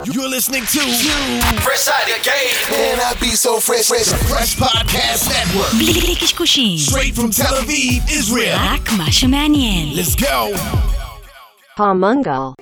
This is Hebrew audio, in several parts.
You're listening to Fresh Out the Game. Man, I be so fresh. Fresh Podcast Network. בלי קשקושים. Straight from Tel Aviv, Israel. רק מה שמעניין. Let's go. Palmungal.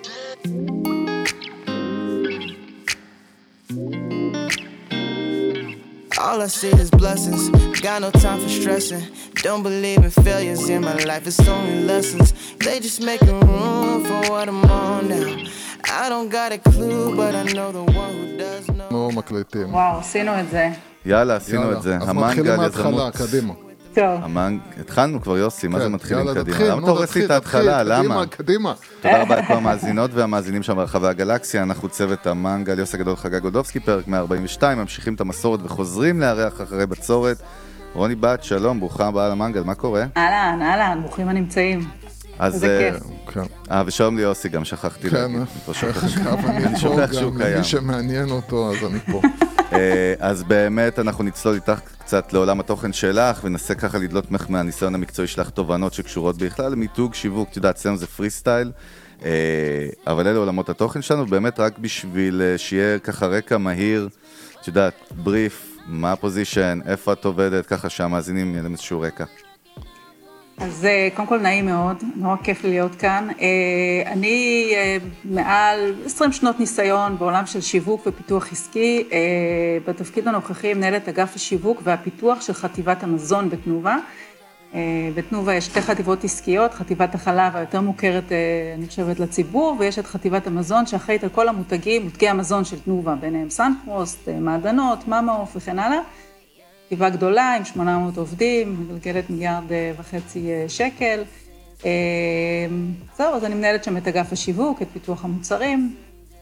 All I see is blessings, got no time for stressing. Don't believe in failures in my life, it's only lessons. They just making room for what I'm on now. I don't got a clue, but I know the one who does know. נו, מקליטים. וואו, עשינו את זה. יאללה, עשינו את זה. אז מתחילים מההתחלה, קדימה. טוב. התחלנו כבר, יוסי, מה זה מתחילים יאללה, קדימה? תתחיל, למה אתה הורס לי את ההתחלה? למה? קדימה. תודה רבה לכל המאזינות והמאזינים שם ברחבי הגלקסיה. אנחנו צוות המנגל, יוסי הגדול, חגי גולדובסקי, פרק 142, ממשיכים את המסורת וחוזרים לארח אחרי בצורת. רוני בת, שלום, ברוכה הבאה למנגל, מה קורה? אהלן, ברוכים הנמצאים. איזה כיף. ושלום לי יוסי, גם שכחתי להגיד. אני שוכח שהוא קיים. מי שמעניין אותו, אז אני פה. אז באמת אנחנו נצלול איתך קצת לעולם התוכן שלך, וננסה ככה לדלות ממך מהניסיון המקצועי שלך תובנות שקשורות בכלל למיתוג, שיווק, את יודעת, אצלנו זה פרי סטייל, אבל אלה עולמות התוכן שלנו, באמת רק בשביל שיהיה ככה רקע מהיר, את יודעת, בריף, מה הפוזישן, איפה את עובדת, ככה שהמאזינים יהיה להם איזשהו רקע. אז קודם כל נעים מאוד, נורא כיף להיות כאן. אני מעל 20 שנות ניסיון בעולם של שיווק ופיתוח עסקי. בתפקיד הנוכחי מנהלת אגף השיווק והפיתוח של חטיבת המזון בתנובה. בתנובה יש 2 חטיבות עסקיות, חטיבת החלב היותר מוכרת, אני חושבת, לציבור, ויש את חטיבת המזון שאחראית על כל המותגים, מותגי המזון של תנובה, ביניהם סנפרוסט, מעדנות, ממאוף וכן הלאה. חטיבה גדולה עם 800 עובדים, מגלגלת 1.5 מיליארד שקל. זהו, אז אני מנהלת שם את אגף השיווק, את פיתוח המוצרים.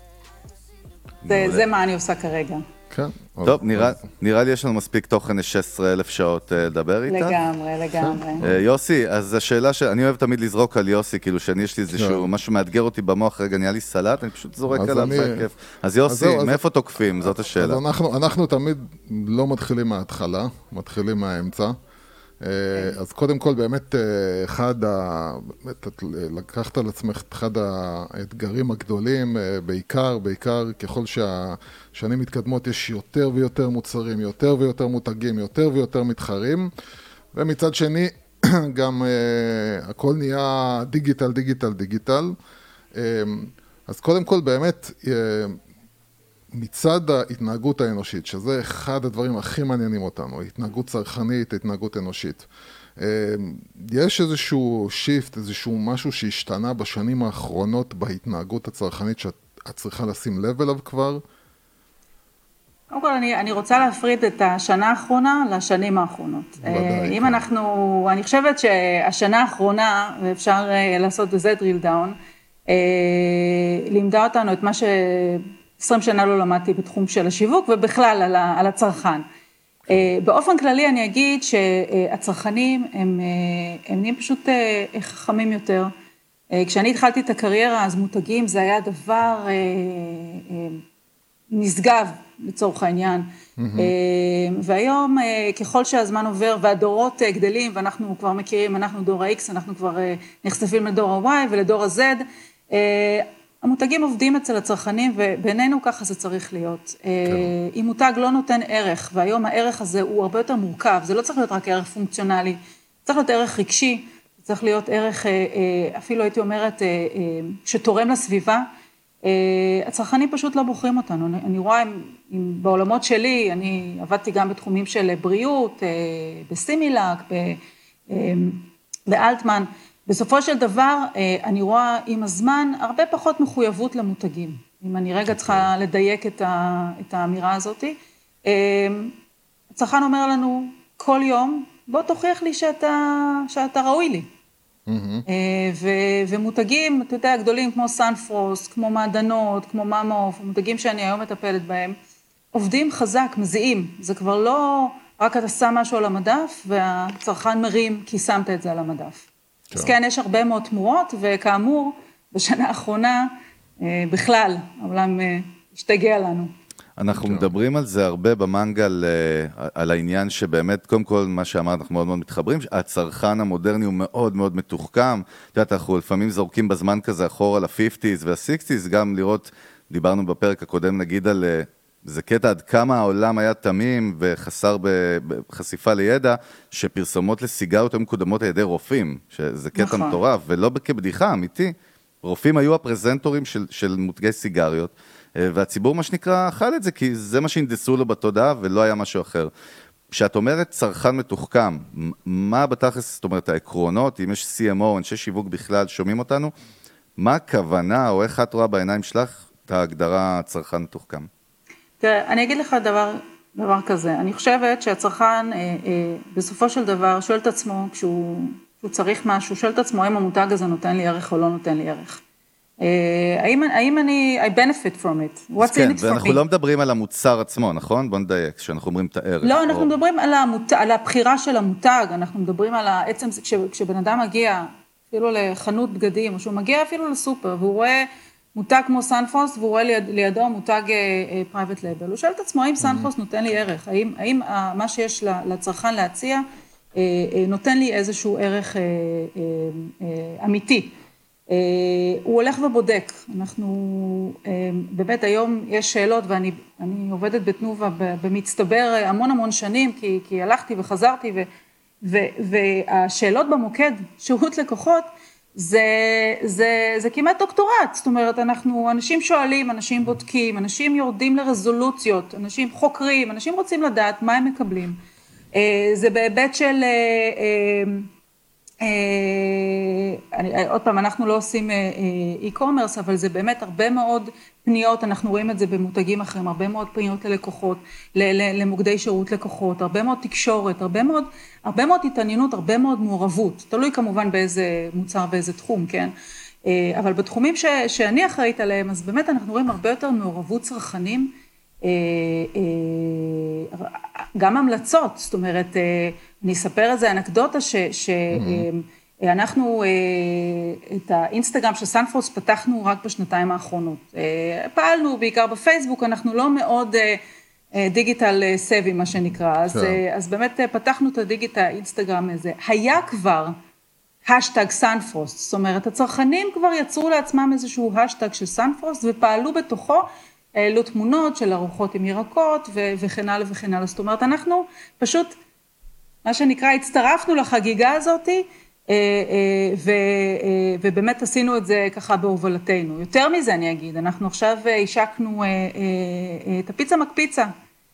זה מה אני עושה כרגע. כן. טוב, נראה לי יש לנו מספיק תוכן 16,000 שעות לדבר איתך. לגמרי. יוסי, אז השאלה שאני אוהב תמיד לזרוק על יוסי, כאילו שאני יש לי איזשהו משהו מאתגר אותי במוח, רגע נהיה לי סלט, אני פשוט זורק עליו, זה כיף. אז יוסי, מאיפה תוקפים? זאת השאלה. אז אנחנו תמיד לא מתחילים מההתחלה, מתחילים מהאמצע. אז קודם כל באמת לקחת על עצמך אחד האתגרים הגדולים, בעיקר ככל שהשנים מתקדמות יש יותר ויותר מוצרים, יותר ויותר מותגים, יותר ויותר מתחרים, ומצד שני גם הכל נהיה דיגיטל. אז קודם כל באמת מצד ההתנהגות האנושית, שזה אחד הדברים הכי מעניינים אותנו, התנהגות צרכנית, התנהגות אנושית. יש איזשהו שיפט, איזשהו משהו שהשתנה בשנים האחרונות בהתנהגות הצרכנית שאת צריכה לשים לב אליו כבר? קודם כל, אני רוצה להפריד את השנה האחרונה לשנים האחרונות. אם אני חושבת שהשנה האחרונה, ואפשר לעשות בזה drill down, לימדה אותנו את מה 20 שנה לא למדתי בתחום של השיווק, ובכלל על הצרכן. באופן כללי אני אגיד שהצרכנים הם נהיים פשוט חכמים יותר. כשאני התחלתי את הקריירה, אז מותגים זה היה דבר נשגב לצורך העניין. והיום ככל שהזמן עובר והדורות גדלים, ואנחנו כבר מכירים, אנחנו דור ה-X, אנחנו כבר נחשפים לדור ה-Y ולדור ה-Z, המותגים עובדים אצל הצרכנים, ובינינו ככה זה צריך להיות. אם מותג לא נותן ערך, והיום הערך הזה הוא הרבה יותר מורכב, זה לא צריך להיות רק ערך פונקציונלי, צריך להיות ערך רגשי, צריך להיות ערך, אפילו הייתי אומרת, שתורם לסביבה, הצרכנים פשוט לא בוחרים אותנו. אני רואה, בעולמות שלי, אני עבדתי גם בתחומים של בריאות, בסימילק, באלטמן, בסופו של דבר, אני רואה עם הזמן הרבה פחות מחויבות למותגים. אם אני רגע צריכה לדייק את האמירה הזאת. הצרכן אומר לנו כל יום, בוא תוכיח לי שאתה ראוי לי. ומותגים, אתה יודע, גדולים כמו סנפרוסט, כמו מעדנות, כמו ממאוף, מותגים שאני היום מטפלת בהם, עובדים חזק, מזיעים. זה כבר לא רק אתה שם משהו על המדף, והצרכן מרים כי שמת את זה על המדף. אז כן, יש הרבה מאוד תמורות, וכאמור, בשנה האחרונה, בכלל, העולם השתגע לנו. אנחנו מדברים על זה הרבה במנגל, על העניין שבאמת, קודם כל, מה שאמרת, אנחנו מאוד מאוד מתחברים, הצרכן המודרני הוא מאוד מאוד מתוחכם, את יודעת, אנחנו לפעמים זורקים בזמן כזה אחורה ל-50s וה-60s, גם לראות דיברנו בפרק הקודם נגיד על, זה קטע עד כמה העולם היה תמים וחסר בחשיפה לידע, שפרסומות לסיגריות היו מקודמות על ידי רופאים, שזה קטע מטורף, ולא כבדיחה, אמיתי. רופאים היו הפרזנטורים של מותגי סיגריות, והציבור מה שנקרא אכל את זה, כי זה מה שהנדסו לו בתודעה ולא היה משהו אחר. כשאת אומרת צרכן מתוחכם, מה בתכלס, זאת אומרת, העקרונות, אם יש CMO, אנשי שיווק בכלל, שומעים אותנו, מה הכוונה, או איך את רואה בעיניים שלך, את ההגדרה צרכן מתוחכם? תראה, אני אגיד לך דבר כזה, אני חושבת שהצרכן בסופו של דבר שואל את עצמו, כשהוא צריך משהו, שואל את עצמו, האם המותג הזה נותן לי ערך או לא נותן לי ערך. האם אני, I benefit from it, what's in it for me? ואנחנו לא מדברים על המוצר עצמו, נכון? בוא נדייק, שאנחנו אומרים את הערך. לא, אנחנו מדברים על הבחירה של המותג, אנחנו מדברים על העצם, כשבן אדם מגיע אפילו לחנות בגדים, או שהוא מגיע אפילו לסופר, והוא רואה מותג כמו סנפרוסט, והוא רואה לידו מותג פרייבט לייבל, הוא שואל את עצמו, האם סנפרוסט נותן לי ערך? האם מה שיש לצרכן להציע, נותן לי איזשהו ערך אמיתי? הוא הולך ובודק, אנחנו, באמת היום יש שאלות, ואני עובדת בתנובה במצטבר המון שנים, כי הלכתי וחזרתי, והשאלות במוקד, שירות לקוחות, זה כמעט דוקטורט, זאת אומרת, אנשים שואלים, אנשים בודקים, אנשים יורדים לרזולוציות, אנשים חוקרים, אנשים רוצים לדעת מה הם מקבלים. זה בהיבט של, עוד פעם, אנחנו לא עושים e-commerce, אבל זה באמת הרבה מאוד פניות, אנחנו רואים את זה במותגים אחרים, הרבה מאוד פניות ללקוחות, למוקדי שירות לקוחות, הרבה מאוד תקשורת, הרבה מאוד התעניינות, הרבה מאוד מעורבות, תלוי כמובן באיזה מוצר, באיזה תחום, כן? אבל בתחומים שאני אחראית עליהם, אז באמת אנחנו רואים הרבה יותר מעורבות צרכנים, גם המלצות, זאת אומרת, אני אספר איזה אנקדוטה שאנחנו את האינסטגרם של סנפרוסט פתחנו רק בשנתיים האחרונות. פעלנו בעיקר בפייסבוק, אנחנו לא מאוד דיגיטל סבי מה שנקרא, אז באמת פתחנו את הדיגיטל אינסטגרם הזה. היה כבר השטג סנפרוסט, זאת אומרת, הצרכנים כבר יצרו לעצמם איזשהו השטג של סנפרוסט ופעלו בתוכו, העלו תמונות של ארוחות עם ירקות וכן הלאה וכן הלאה. זאת אומרת, אנחנו פשוט, מה שנקרא, הצטרפנו לחגיגה הזאת, ובאמת עשינו את זה ככה בהובלתנו. יותר מזה אני אגיד, אנחנו עכשיו השקנו את הפיצה מקפיצה.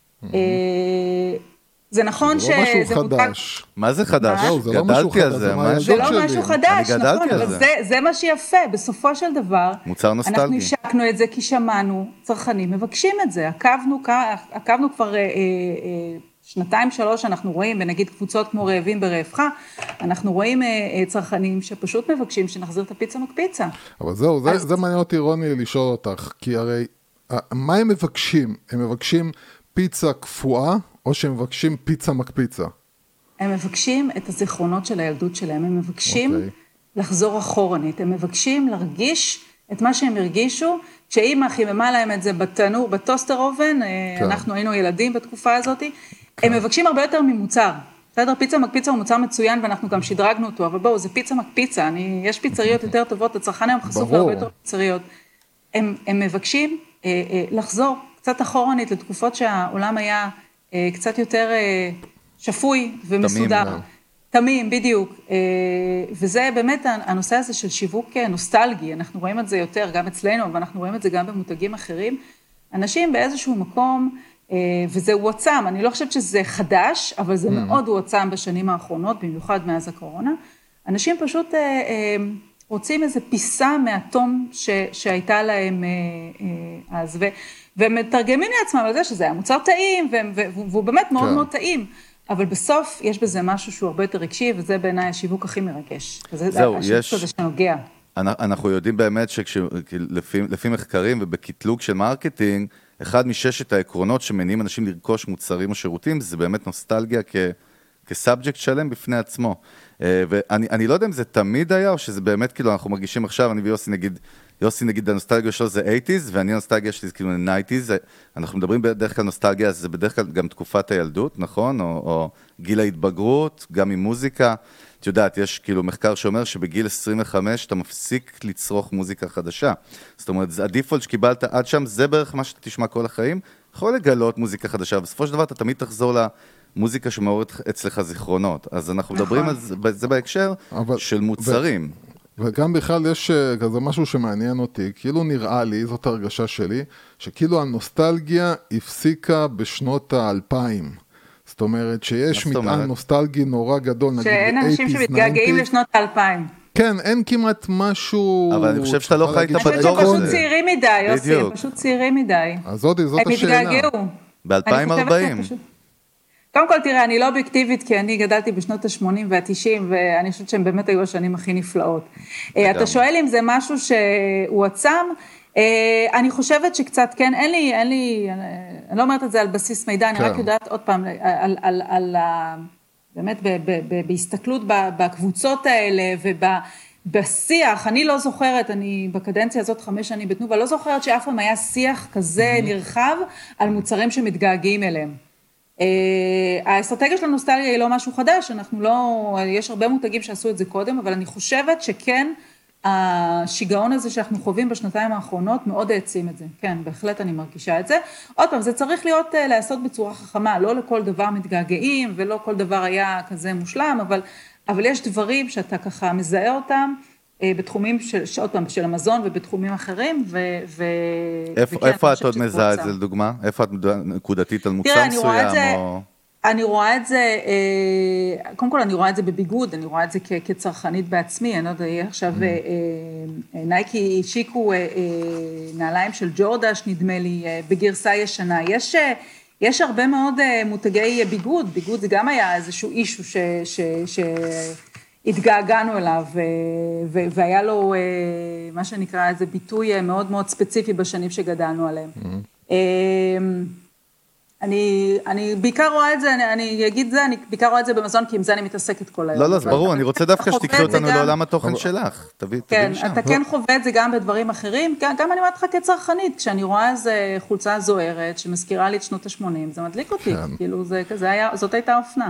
זה נכון שזה לא משהו חדש. מה זה חדש? זה לא משהו חדש, זה לא משהו חדש, נכון, אבל זה מה שיפה, בסופו של דבר, מוצר נוסטלגי. אנחנו השקנו את זה כי שמענו, צרכנים מבקשים את זה, עקבנו כבר 2-3, אנחנו רואים, ונגיד קבוצות כמו רעבים ברעבך, אנחנו רואים צרכנים שפשוט מבקשים שנחזיר את הפיצה מקפיצה. אבל זהו, זה מעניין אותי רוני לשאול אותך, כי הרי, מה הם מבקשים? הם מבקשים פיצה קפואה, או שהם מבקשים פיצה מקפיצה? הם מבקשים את הזיכרונות של הילדות שלהם, הם מבקשים לחזור אחורנית, הם מבקשים להרגיש את מה שהם הרגישו, כשאימא חיממה להם את זה בתנור, בטוסטר אובן, אנחנו היינו ילדים בתקופה הזאת, הם מבקשים הרבה יותר ממוצר. בסדר, פיצה מקפיצה הוא מוצר מצוין, ואנחנו גם שדרגנו אותו, אבל בואו, זה פיצה מקפיצה, יש פיצריות יותר טובות, הצרכן היום חשוף להרבה יותר פיצריות. הם מבקשים לחזור קצת אחורנית לתקופות שהעולם היה קצת יותר שפוי ומסודר. תמים, בדיוק. וזה באמת הנושא הזה של שיווק נוסטלגי, אנחנו רואים את זה יותר גם אצלנו, אבל אנחנו רואים את זה גם במותגים אחרים. אנשים באיזשהו מקום, וזה הועצם, אני לא חושבת שזה חדש, אבל זה מאוד הועצם בשנים האחרונות, במיוחד מאז הקורונה. אנשים פשוט רוצים איזו פיסה מהתום שהייתה להם אז, ומתרגמים לעצמם על זה שזה היה מוצר טעים, והוא באמת מאוד מאוד טעים, אבל בסוף יש בזה משהו שהוא הרבה יותר רגשי, וזה בעיניי השיווק הכי מרגש. זהו, יש... הזה שנוגע. אנחנו יודעים באמת שלפי מחקרים ובקטלוג של מרקטינג, אחד מששת העקרונות שמניעים אנשים לרכוש מוצרים או שירותים, זה באמת נוסטלגיה כסאבג'קט שלם בפני עצמו. ואני לא יודע אם זה תמיד היה, או שזה באמת, כאילו, אנחנו מרגישים עכשיו, אני ויוסי נגיד, יוסי נגיד הנוסטלגיה שלו זה 80s, ואני הנוסטלגיה שלי זה כאילו 90s, אנחנו מדברים בדרך כלל נוסטלגיה, זה בדרך כלל גם תקופת הילדות, נכון? או גיל ההתבגרות, גם עם מוזיקה. את יודעת, יש כאילו מחקר שאומר שבגיל 25 אתה מפסיק לצרוך מוזיקה חדשה. זאת אומרת, הדיפולט שקיבלת עד שם, זה בערך מה שאתה תשמע כל החיים, יכול לגלות מוזיקה חדשה, בסופו של דבר אתה תמיד תחזור למוזיקה שמעוררת אצלך זיכרונות. אז אנחנו מדברים על זה בהקשר של מוצרים. וגם בכלל יש כזה משהו שמעניין אותי, כאילו נראה לי, זאת הרגשה שלי, שכאילו הנוסטלגיה הפסיקה בשנות ה-2000. זאת אומרת שיש מטען נוסטלגי נורא גדול, נגיד שאין אנשים שמתגעגעים לשנות ה-2000. כן, אין כמעט משהו... אבל אני חושב שאתה לא חיית בדור הזה. אני חושב שפשוט צעירים מדי, יוסי, הם פשוט צעירים מדי. אז זאת השאלה. הם התגעגעו. ב-2040. קודם כל, תראה, אני לא אובייקטיבית, כי אני גדלתי בשנות ה-80 וה-90, ואני חושבת שהם באמת היו השנים הכי נפלאות. אתה שואל אם זה משהו שהוא עצם, אני חושבת שקצת, כן, אין לי, אני לא אומרת את זה על בסיס מידע, אני רק יודעת עוד פעם, באמת בהסתכלות בקבוצות האלה ובשיח, אני לא זוכרת, אני בקדנציה הזאת 5 שנים בתנובה, לא זוכרת שאף פעם היה שיח כזה נרחב על מוצרים שמתגעגעים אליהם. האסטרטגיה של הנוסטלגיה היא לא משהו חדש, אנחנו לא, יש הרבה מותגים שעשו את זה קודם, אבל אני חושבת שכן, השיגעון הזה שאנחנו חווים בשנתיים האחרונות מאוד העצים את זה. כן, בהחלט אני מרגישה את זה. עוד פעם, זה צריך לעשות בצורה חכמה, לא לכל דבר מתגעגעים, ולא כל דבר היה כזה מושלם, אבל יש דברים שאתה ככה מזהה אותם, בתחומים עוד פעם, של המזון ובתחומים אחרים, איפה את עוד מזהה את זה לדוגמה? איפה את נקודתית על מוצר מסוים? אני רואה את זה, קודם כל אני רואה את זה בביגוד, אני רואה את זה כצרכנית בעצמי, אני לא יודע, עכשיו נייקי השיקו נעליים של ג'ורדש, נדמה לי, בגרסה ישנה. יש הרבה מאוד מותגי ביגוד, ביגוד זה גם היה איזשהו אישו שהתגעגענו אליו, והיה לו מה שנקרא איזה ביטוי מאוד מאוד ספציפי בשנים שגדלנו עליהם. אני בעיקר רואה את זה, אני אגיד זה, אני בעיקר רואה את זה במזון, כי עם זה אני מתעסקת כל היום. לא, ברור, אני רוצה דווקא שתקחי אותנו לעולם התוכן שלך, תביא כן, משם. אתה כן חווה את זה גם בדברים אחרים, גם אני אומרת לך כצרכנית, כשאני רואה איזה חולצה זוהרת, שמזכירה לי את שנות ה-80, זה מדליק אותי, כאילו זה כזה היה, זאת הייתה אופנה.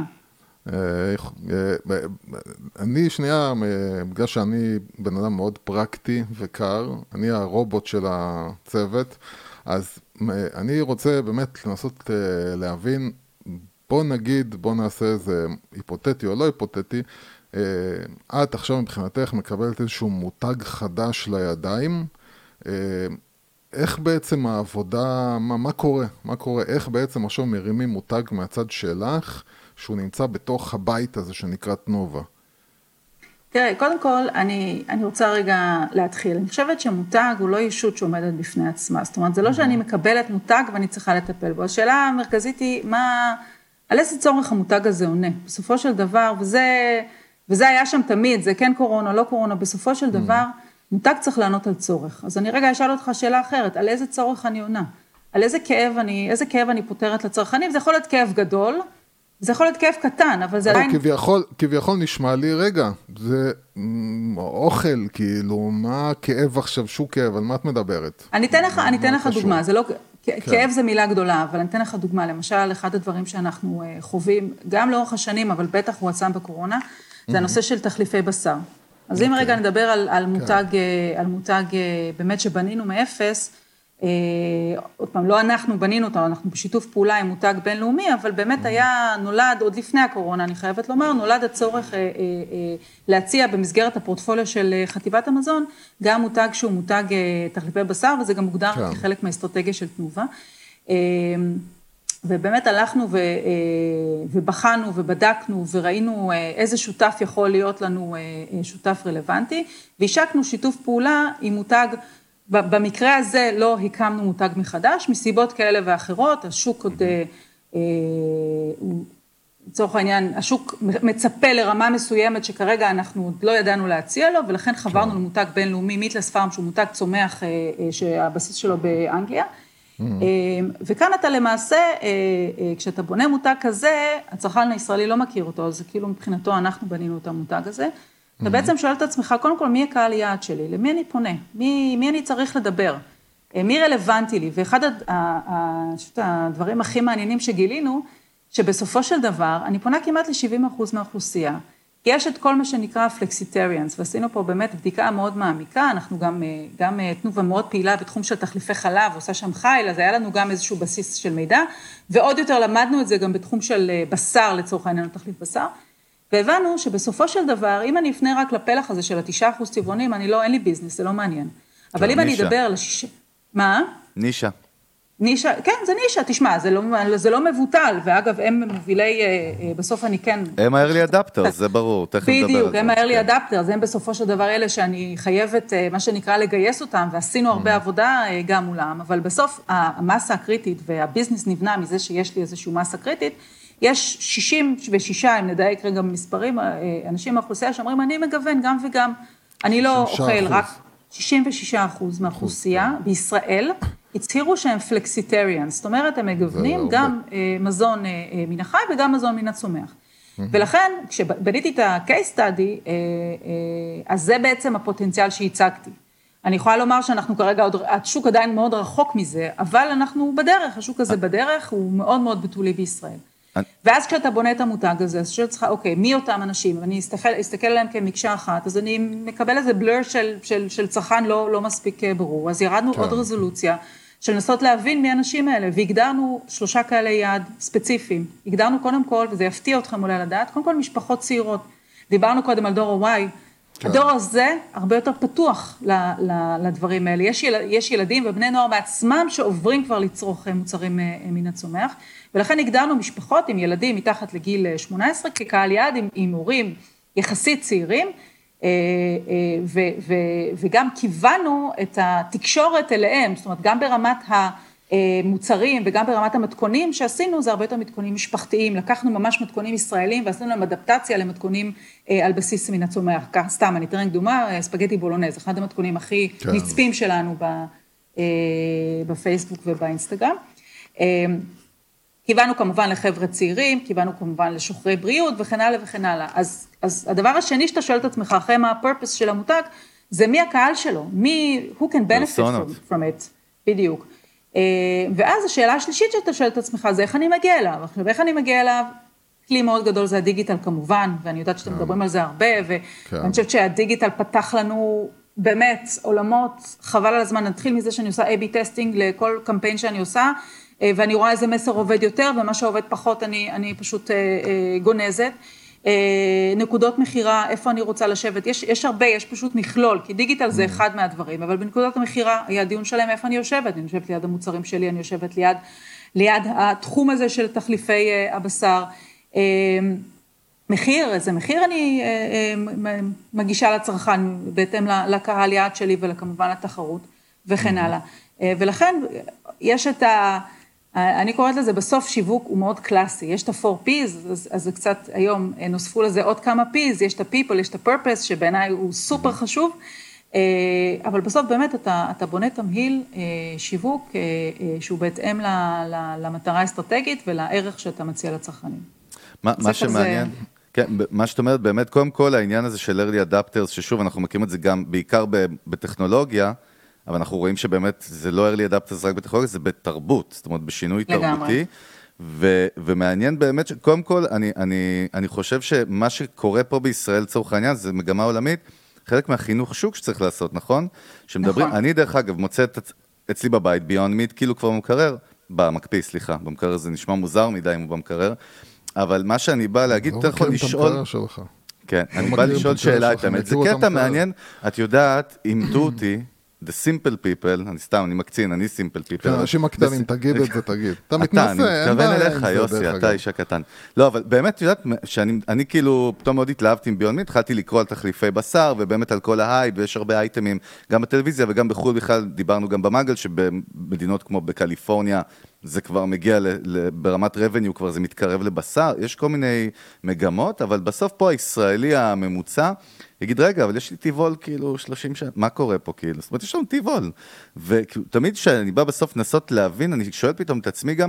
אני שנייה, בגלל שאני בן אדם מאוד פרקטי וקר, אני הרובוט של הצוות, אז אני רוצה באמת לנסות להבין, בוא נעשה איזה היפותטי או לא היפותטי, את עכשיו מבחינתך מקבלת איזשהו מותג חדש לידיים, איך בעצם העבודה, מה קורה, איך בעצם עכשיו מרימים מותג מהצד שלך, שהוא נמצא בתוך הבית הזה שנקרא תנובה? תראה, קודם כל, אני רוצה רגע להתחיל. אני חושבת שמותג הוא לא ישות שעומדת בפני עצמה. זאת אומרת, זה לא שאני מקבלת מותג ואני צריכה לטפל בו. השאלה המרכזית היא, על איזה צורך המותג הזה עונה? בסופו של דבר, וזה היה שם תמיד, זה כן קורונה, לא קורונה, בסופו של דבר, מותג צריך לענות על צורך. אז אני רגע אשאל אותך שאלה אחרת, על איזה צורך אני עונה? על איזה כאב אני פותרת לצרכנים? זה יכול להיות כאב גדול, זה יכול להיות כאב קטן, אבל זה עדיין... כביכול נשמע לי, רגע, זה אוכל, כאילו, מה כאב עכשיו, שו כאב, על מה את מדברת? אני אתן לך דוגמה, זה לא... כאב זה מילה גדולה, אבל אני אתן לך דוגמה, למשל, אחד הדברים שאנחנו חווים, גם לאורך השנים, אבל בטח הוא עצם בקורונה, זה הנושא של תחליפי בשר. אז אם רגע נדבר על מותג באמת שבנינו מאפס, עוד פעם, לא אנחנו בנינו אותו, אנחנו בשיתוף פעולה עם מותג בינלאומי, אבל באמת נולד, עוד לפני הקורונה, אני חייבת לומר, נולד הצורך להציע במסגרת הפורטפוליו של חטיבת המזון, גם מותג שהוא מותג תחליפי בשר, וזה גם מוגדר כחלק מהאסטרטגיה של תנובה. ובאמת הלכנו ובחנו ובדקנו וראינו איזה שותף יכול להיות לנו שותף רלוונטי, והשקנו שיתוף פעולה עם מותג, במקרה הזה לא הקמנו מותג מחדש, מסיבות כאלה ואחרות, השוק עוד, לצורך העניין, השוק מצפה לרמה מסוימת שכרגע אנחנו עוד לא ידענו להציע לו, ולכן חברנו למותג בינלאומי, מיטלס פארם, שהוא מותג צומח שהבסיס שלו באנגליה, וכאן אתה למעשה, כשאתה בונה מותג כזה, הצרכן הישראלי לא מכיר אותו, אז כאילו מבחינתו אנחנו בנינו את המותג הזה, אתה בעצם שואל את עצמך, קודם כל, מי הקהל יעד שלי? למי אני פונה? מי אני צריך לדבר? מי רלוונטי לי? ואחד הדברים הכי מעניינים שגילינו, שבסופו של דבר, אני פונה כמעט ל-70% מהאוכלוסייה, כי יש את כל מה שנקרא פלקסיטריאנס, ועשינו פה באמת בדיקה מאוד מעמיקה, אנחנו גם תנובה מאוד פעילה בתחום של תחליפי חלב, עושה שם חיל, אז היה לנו גם איזשהו בסיס של מידע, ועוד יותר למדנו את זה גם בתחום של בשר, לצורך העניין, תחליף בשר, והבנו שבסופו של דבר, אם אני אפנה רק לפלח הזה של 9% טבעונים, אין לי ביזנס, זה לא מעניין. אבל אם אני אדבר על מה? נישה. נישה, כן, זה נישה, תשמע, זה לא מבוטל, ואגב, הם מובילי, בסוף אני כן... הם ה-early adapters, זה ברור, תכף נדבר על זה. בדיוק, הם ה-early adapters, הם בסופו של דבר אלה שאני חייבת, מה שנקרא, לגייס אותם, ועשינו הרבה עבודה גם מולם, אבל בסוף המסה הקריטית, והביזנס נבנה מזה שיש לי איזושהי מסה קריטית, יש 66, אם נדייק רגע במספרים, אנשים מהאוכלוסייה שאומרים, אני מגוון גם וגם, אני לא אוכל רק 66% מהאוכלוסייה בישראל, הצהירו שהם פלקסיטריאנס, זאת אומרת, הם מגוונים גם מזון מן החי וגם מזון מן הצומח. ולכן, כשבניתי את ה-case study, אז זה בעצם הפוטנציאל שהצגתי. אני יכולה לומר שאנחנו כרגע, השוק עדיין מאוד רחוק מזה, אבל אנחנו בדרך, השוק הזה בדרך, הוא מאוד מאוד בתולי בישראל. ואז כשאתה בונה את המותג הזה, אז שואל לך, אוקיי, מי אותם אנשים? ואני אסתכל עליהם כמקשה אחת, אז אני מקבל איזה בלר של צרכן לא מספיק ברור, אז ירדנו עוד רזולוציה, של לנסות להבין מי האנשים האלה, והגדרנו 3 קהלי יעד ספציפיים. הגדרנו קודם כל, וזה יפתיע אתכם אולי לדעת, קודם כל משפחות צעירות. דיברנו קודם על דור ה-Y, הדור הזה הרבה יותר פתוח לדברים האלה. יש ילדים ובני נוער בעצמם שעוברים כבר לצרוך מוצרים מן הצומח, ולכן הגדרנו משפחות עם ילדים מתחת לגיל 18, כקהל יעד עם הורים יחסית צעירים, וגם כיוונו את התקשורת אליהם, זאת אומרת, גם ברמת המוצרים וגם ברמת המתכונים שעשינו, זה הרבה יותר מתכונים משפחתיים, לקחנו ממש מתכונים ישראלים ועשינו להם אדפטציה למתכונים על בסיס מן הצומח. סתם, אני אתן דוגמה, ספגטי בולונז, אחד המתכונים הכי נצפים שלנו בפייסבוק ובאינסטגרם. כיוונו כמובן לחבר'ה צעירים, כיוונו כמובן לשוחרי בריאות וכן הלאה וכן הלאה. אז הדבר השני שאתה שואל את עצמך אחרי מה הפרפס של המותג, זה מי הקהל שלו, who can benefit from it, בדיוק. ואז השאלה השלישית שאתה שואל את עצמך זה איך אני מגיע אליו, ואיך אני מגיע אליו, כלי מאוד גדול זה הדיגיטל כמובן, ואני יודעת שאתם מדברים על זה הרבה, ואני חושבת שהדיגיטל פתח לנו באמת עולמות, חבל על הזמן, נתחיל מזה שאני עושה A-B טסטינג לכל קמפיין שאני עושה, ואני רואה איזה מסר עובד יותר, ומה שעובד פחות אני פשוט גונזת. נקודות מחירה, איפה אני רוצה לשבת, יש הרבה, יש פשוט מכלול, כי דיגיטל זה אחד מהדברים, אבל בנקודות המחירה היה דיון שלם איפה אני יושבת ליד המוצרים שלי, אני יושבת ליד התחום הזה של תחליפי הבשר. מחיר, איזה מחיר אני מגישה לצרכן, בהתאם לקהל יעד שלי וכמובן לתחרות, וכן הלאה. ולכן יש את אני קוראת לזה בסוף שיווק הוא מאוד קלאסי, יש את ה-4 P's, אז זה קצת היום נוספו לזה עוד כמה P's, יש את ה-people, יש את ה-purpose, שבעיניי הוא סופר חשוב, אבל בסוף באמת אתה בונה תמהיל שיווק שהוא בהתאם למטרה האסטרטגית ולערך שאתה מציע לצרכנים. מה שמעניין, כן, מה שאת אומרת באמת, קודם כל העניין הזה של early adapters, ששוב אנחנו מכירים את זה גם בעיקר בטכנולוגיה, אבל אנחנו רואים שבאמת זה לא early adapters רק בטכנולוגיה, זה בתרבות, זאת אומרת בשינוי תרבותי, ומעניין באמת שקודם כל אני חושב שמה שקורה פה בישראל לצורך העניין, זה מגמה עולמית, חלק מהחינוך שוק שצריך לעשות, נכון? שמדברים, אני דרך אגב מוצאת אצלי בבית, ביונד מיט, כאילו כבר במקרר, במקפיא, סליחה, במקרר זה נשמע מוזר מדי אם הוא במקרר, אבל מה שאני בא להגיד, אתה יכול לשאול... כן, אני בא לשאול שאלה את האמת, זה קטע מעניין, את יודעת, עמדו אותי, the simple people, אני מקצין, אני simple people. אנשים הקטנים, תגיד את זה, תגיד. אתה מתנסה, אני מתכוון אליך, יוסי, אתה איש הקטן. לא, אבל באמת, את יודעת, שאני כאילו פתאום מאוד התלהבתי עם ביונד מיט, התחלתי לקרוא על תחליפי בשר, ובאמת על כל ההייפ, ויש הרבה אייטמים, גם בטלוויזיה וגם בחו"ל בכלל, דיברנו גם במגל, שבמדינות כמו בקליפורניה, זה כבר מגיע ברמת revenue, כבר זה מתקרב לבשר, יש כל מיני מגמות, אבל בסוף פה הישראלי הממוצע, יגיד, רגע, אבל יש לי טיבול כאילו 30 שנה, מה קורה פה כאילו? זאת אומרת, יש לנו טיבול. ותמיד כשאני בא בסוף לנסות להבין, אני שואל פתאום את עצמי גם,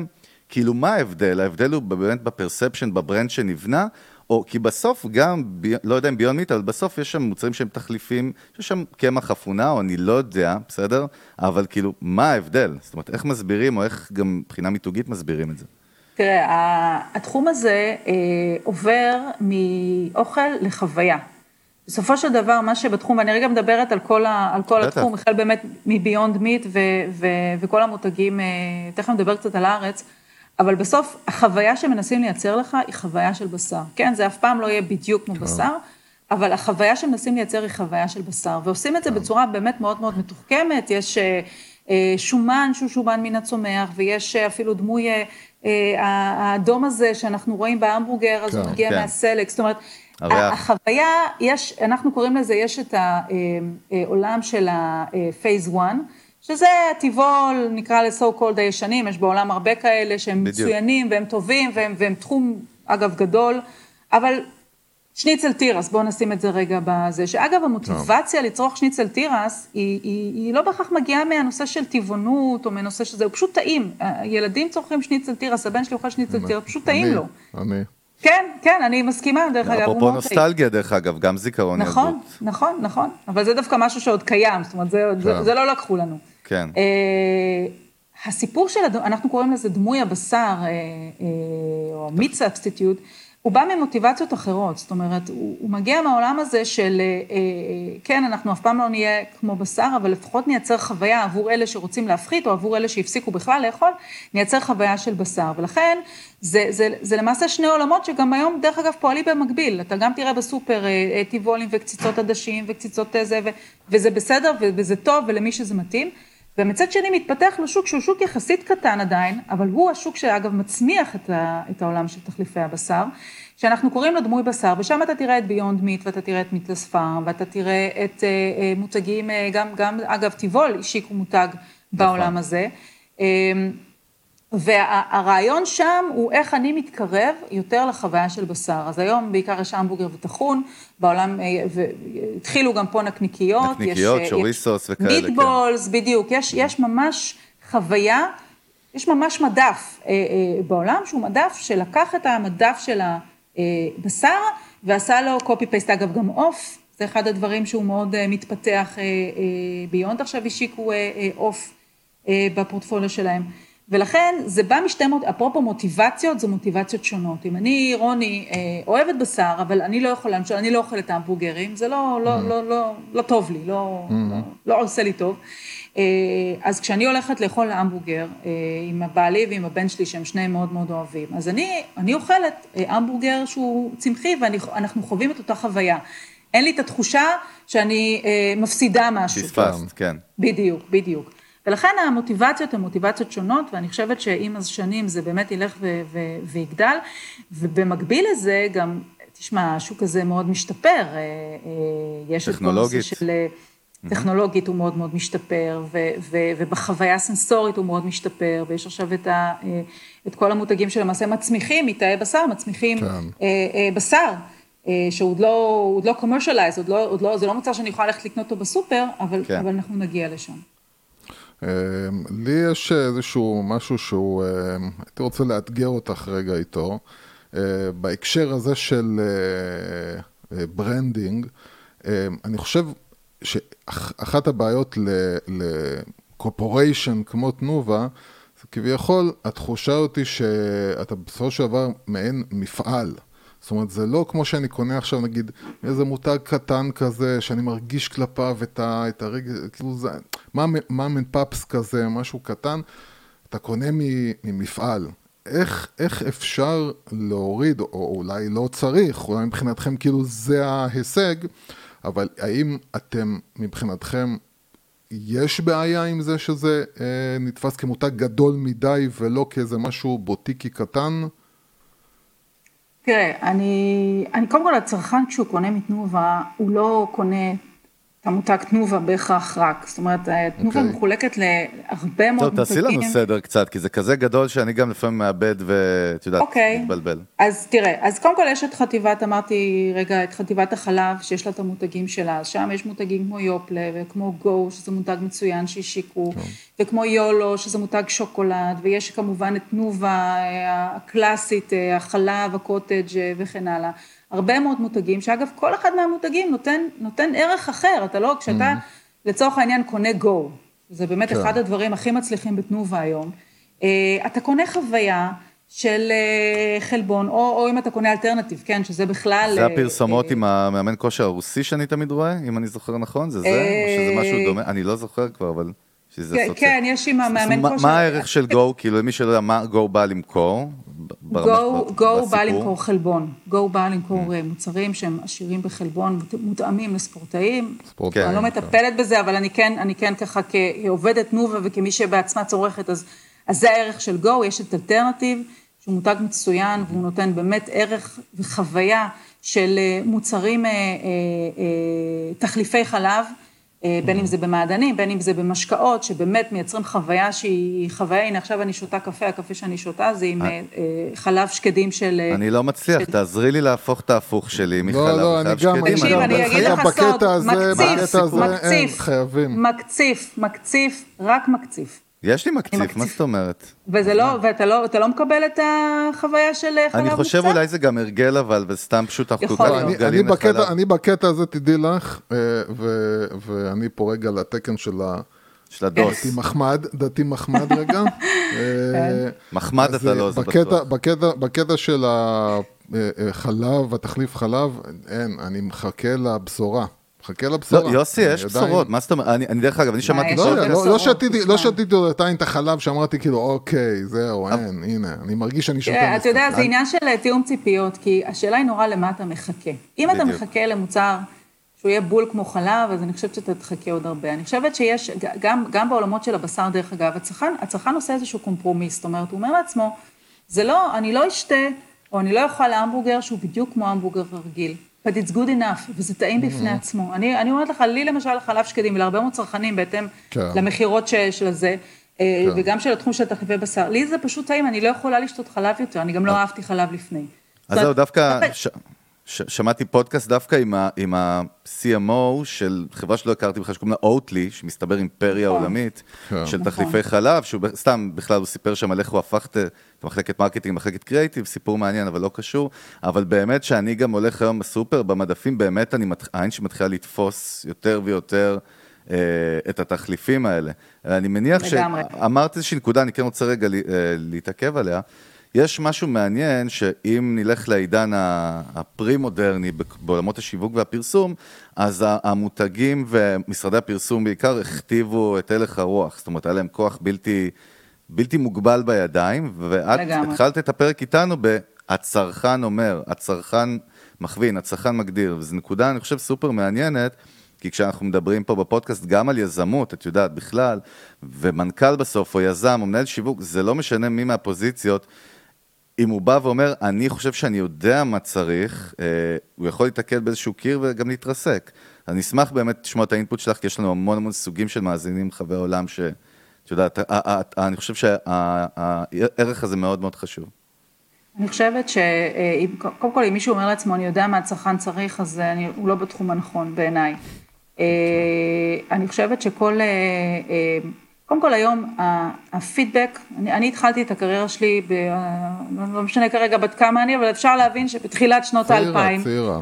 כאילו מה ההבדל? ההבדל הוא באמת בפרספשן, בברנד שנבנה, או כי בסוף גם, לא יודע אם ביונד מיט, אבל בסוף יש שם מוצרים שהם תחליפים, יש שם קמח אפונה, או אני לא יודע, בסדר? אבל כאילו, מה ההבדל? זאת אומרת, איך מסבירים, או איך גם מבחינה מיתוגית מסבירים את זה? תראה, התחום הזה עובר מאוכל לחוויה. בסופו של דבר, מה שבתחום, ואני רגע מדברת על כל התחום, החל באמת מביונד מיט וכל המותגים, תכף נדבר קצת על הארץ, אבל בסוף, החוויה שמנסים לייצר לך היא חוויה של בשר. כן, זה אף פעם לא יהיה בדיוק כמו בשר, אבל החוויה שמנסים לייצר היא חוויה של בשר, ועושים את זה בצורה באמת מאוד מאוד מתוחכמת, יש שומן שהוא שומן מן הצומח, ויש אפילו דמוי האדום הזה שאנחנו רואים בהמבורגר, אז הוא מגיע מהסלק, זאת אומרת, החוויה, אנחנו קוראים לזה, יש את העולם של ה-phase 1, שזה הטבעול, נקרא ל-so called הישנים, יש בעולם הרבה כאלה שהם מצוינים והם טובים, והם תחום, אגב, גדול, אבל שניצל תירס, בואו נשים את זה רגע בזה, שאגב, המוטיבציה לצרוך שניצל תירס, היא לא בהכרח מגיעה מהנושא של טבעונות, או מהנושא שזה, הוא פשוט טעים, ילדים צורכים שניצל תירס, הבן שלי אוכל שניצל תירס, פשוט טעים לו. כן, אני מסכימה, דרך אגב. אפרופו נוסטלגיה, דרך אגב, גם זיכרון ילדות. נכון, אבל זה דווקא משהו שעוד קיים, זאת אומרת, זה לא לקחו לנו. כן. הסיפור של, אנחנו קוראים לזה דמוי הבשר, או meat substitute, הוא בא ממוטיבציות אחרות, זאת אומרת, הוא מגיע מהעולם הזה של, כן, אנחנו אף פעם לא נהיה כמו בשר, אבל לפחות נייצר חוויה עבור אלה שרוצים להפחית, או עבור אלה שהפסיקו בכלל לאכול, נייצר חוויה של בשר, ולכן זה למעשה שני עולמות שגם היום, דרך אגב, פועלים במקביל, אתה גם תראה בסופר טבעולים וקציצות עדשים וקציצות זה, וזה בסדר וזה טוב ולמי שזה מתאים, ומצד שני מתפתח לו שוק שהוא שוק יחסית קטן עדיין, אבל הוא השוק שאגב מצמיח את העולם של תחליפי הבשר, שאנחנו קוראים לו דמוי בשר, ושם אתה תראה את ביונד מיט, ואתה תראה את מיטלס פארם, ואתה תראה את מותגים, גם אגב טבעול השיקו מותג בעולם הזה, והרעיון שם הוא איך אני מתקרב יותר לחוויה של בשר. אז היום בעיקר יש המבורגר וטחון, בעולם, והתחילו גם פה נקניקיות, שוריסוס וכאלה. מיטבולס, בדיוק, יש ממש חוויה, יש ממש מדף בעולם, שהוא מדף שלקח את המדף של הבשר, ועשה לו קופי פייסט, אגב גם אוף, זה אחד הדברים שהוא מאוד מתפתח ביונד, עכשיו השיקו אוף בפורטפוליו שלהם. ולכן זה בא אפרופו מוטיבציות, זה מוטיבציות שונות. אם אני, רוני, אוהבת בשר, אבל אני לא יכולה, למשל, אני לא אוכלת את ההמבורגרים, זה לא טוב לי, לא עושה לי טוב. אז כשאני הולכת לאכול המבורגר, עם הבעלי ועם הבן שלי, שהם שניהם מאוד מאוד אוהבים, אז אני אוכלת המבורגר שהוא צמחי, ואנחנו חווים את אותה חוויה. אין לי את התחושה שאני מפסידה משהו. פספסת, כן. בדיוק. ולכן המוטיבציות הן מוטיבציות שונות, ואני חושבת שעם השנים זה באמת ילך ויגדל, ובמקביל לזה גם, תשמע, השוק הזה מאוד משתפר, יש את כל נושא של טכנולוגית הוא מאוד מאוד משתפר, ובחוויה הסנסורית הוא מאוד משתפר, ויש עכשיו את כל המותגים שלמעשה מצמיחים, מתאי בשר, מצמיחים בשר, שעוד לא commercialize, זה לא מוצר שאני יכולה ללכת לקנות אותו בסופר, אבל אנחנו נגיע לשם. לי יש איזשהו משהו שהוא, הייתי רוצה לאתגר אותך רגע איתו, בהקשר הזה של ברנדינג, אני חושב שאחת הבעיות לקורפוריישן כמו תנובה, זה כביכול, התחושה אותי שאתה בסופו של דבר מעין מפעל, זאת אומרת, זה לא כמו שאני קונה עכשיו, נגיד, איזה מותג קטן כזה, שאני מרגיש כלפיו את הרגע, כאילו זה, מה מנפפס כזה, משהו קטן, אתה קונה ממפעל. איך אפשר להוריד, או אולי לא צריך, אולי מבחינתכם כאילו זה ההישג, אבל האם אתם מבחינתכם, יש בעיה עם זה שזה נתפס כמותג גדול מדי, ולא כאיזה משהו בוטיקי קטן? תראה, אני קודם כל הצרכן כשהוא קונה מתנובה, הוא לא קונה את המותג תנובה בהכרח רק, זאת אומרת, תנובה מחולקת להרבה מאוד מותגים. תעשי לנו סדר קצת, כי זה כזה גדול שאני גם לפעמים מאבד ואת יודעת, מתבלבל. אז תראה, אז קודם כל יש את חטיבת, אמרתי רגע, את חטיבת החלב, שיש לה את המותגים שלה, אז שם יש מותגים כמו יופלה, וכמו גו, שזה מותג מצוין שהשיקו, וכמו יולו, שזה מותג שוקולד, ויש כמובן את תנובה הקלאסית, החלב, הקוטג' וכן הלאה. הרבה מאוד מותגים, שאגב, כל אחד מהמותגים נותן ערך אחר, אתה לא, כשאתה לצורך העניין קונה גו, זה באמת אחד הדברים הכי מצליחים בתנובה היום, אתה קונה חוויה של חלבון, או אם אתה קונה אלטרנטיב, כן, שזה בכלל... זה הפרסומות עם המאמן כושר הרוסי שאני תמיד רואה, אם אני זוכר נכון, זה זה, או שזה משהו דומה, אני לא זוכר כבר, אבל... כן, יש עם המאמן כושר... מה הערך של גו? כאילו, למי שלא יודע מה גו בא למכור? גו בא למכור חלבון. גו בא למכור מוצרים שהם עשירים בחלבון, מותאמים לספורטאים. אני לא מטפלת בזה, אבל אני כן ככה כעובדת תנובה וכמי שבעצמה צורכת, אז זה הערך של גו. יש את אלטרנטיב, שהוא מותג מצוין, והוא נותן באמת ערך וחוויה של מוצרים, תחליפי חלב, בין אם זה במעדנים, בין אם זה במשקאות, שבאמת מייצרים חוויה שהיא חוויה, הנה עכשיו אני שותה קפה, הקפה שאני שותה זה עם חלב שקדים של... אני לא מצליח, תעזרי לי להפוך את ההפוך שלי מחלב לחלב שקדים. תקשיב, אני אגיד לך סוד, מקציף, רק מקציף. יש לי מקציף, מה זאת אומרת? ואתה לא מקבל את החוויה של חלב מוצא? אני חושב אולי זה גם הרגל אבל, וסתם פשוט אני בקטע הזה תדעי לך, ואני פה רגע לתקן של הדוס. דתי מחמד רגע. מחמד אתה לא, זה בטוח. בקטע של החלב, התחליף חלב, אני מחכה לבשורה. לא, יוסי, יש בשורות, מה זאת אומרת? אני דרך אגב, אני שמעתי... לא שתיתי עדיין את החלב שאמרתי כאילו, אוקיי, זהו, אין, הנה, אני מרגיש שאני שותה. אתה יודע, זה עניין של תיאום ציפיות, כי השאלה היא נורא למה אתה מחכה. אם אתה מחכה למוצר שהוא יהיה בול כמו חלב, אז אני חושבת שאתה תחכה עוד הרבה. אני חושבת שיש, גם בעולמות של הבשר דרך אגב, הצרכן עושה איזשהו קומפרומיס, זאת אומרת, הוא אומר לעצמו, זה לא, אני לא אשתה, או אני לא אוכל להמבורגר שהוא בדיוק כמו המבורגר הרגיל. but it's good enough, וזה טעים בפני עצמו. אני אומרת לך, לי למשל חלב שקדים, ולהרבה מאוד צרכנים בהתאם למחירות של הזה, וגם של התחום של תחליפי בשר, לי זה פשוט טעים, אני לא יכולה לשתות חלב יותר, אני גם לא אהבתי חלב לפני. אז זהו, דווקא שמעתי פודקאסט דווקא עם ה-CMO של חברה שלא הכרתי בכלל, שקוראים לה אוטלי, שמסתבר אימפריה עולמית, של תחליפי חלב, שהוא סתם בכלל הוא סיפר שם על איך הוא הפך את מחלקת מרקטינג, מחלקת קריאיטיב, סיפור מעניין, אבל לא קשור, אבל באמת שאני גם הולך היום בסופר, במדפים, באמת העין שמתחילה לתפוס יותר ויותר את התחליפים האלה. אני מניח שאמרת איזושהי נקודה, אני כן רוצה רגע להתעכב עליה, יש משהו מעניין שאם נלך לעידן הפרי-מודרני בעולמות השיווק והפרסום, אז המותגים ומשרדי הפרסום בעיקר הכתיבו את הלך הרוח, זאת אומרת, היה להם כוח בלתי מוגבל בידיים, ואת התחלת את הפרק איתנו בהצרכן אומר, הצרכן מכווין, הצרכן מגדיר, וזו נקודה, אני חושב, סופר מעניינת, כי כשאנחנו מדברים פה בפודקאסט גם על יזמות, את יודעת, בכלל, ומנכ"ל בסוף, או יזם, או מנהל שיווק, זה לא משנה מי מהפוזיציות, אם הוא בא ואומר, אני חושב שאני יודע מה צריך, הוא יכול להתעכל באיזשהו קיר וגם להתרסק. אני אשמח באמת לשמוע את האינפוט שלך, כי יש לנו המון סוגים של מאזינים חווי עולם, שאת יודעת, אני חושב שהערך הזה מאוד מאוד חשוב. אני חושבת שקודם כל, אם מישהו אומר לעצמו, אני יודע מה הצרכן צריך, אז הוא לא בתחום הנכון בעיניי. אני חושבת שכל... קודם כל היום, הפידבק, אני התחלתי את הקריירה שלי, לא משנה כרגע בת כמה אני, אבל אפשר להבין שבתחילת שנות ה-2000, צעירה.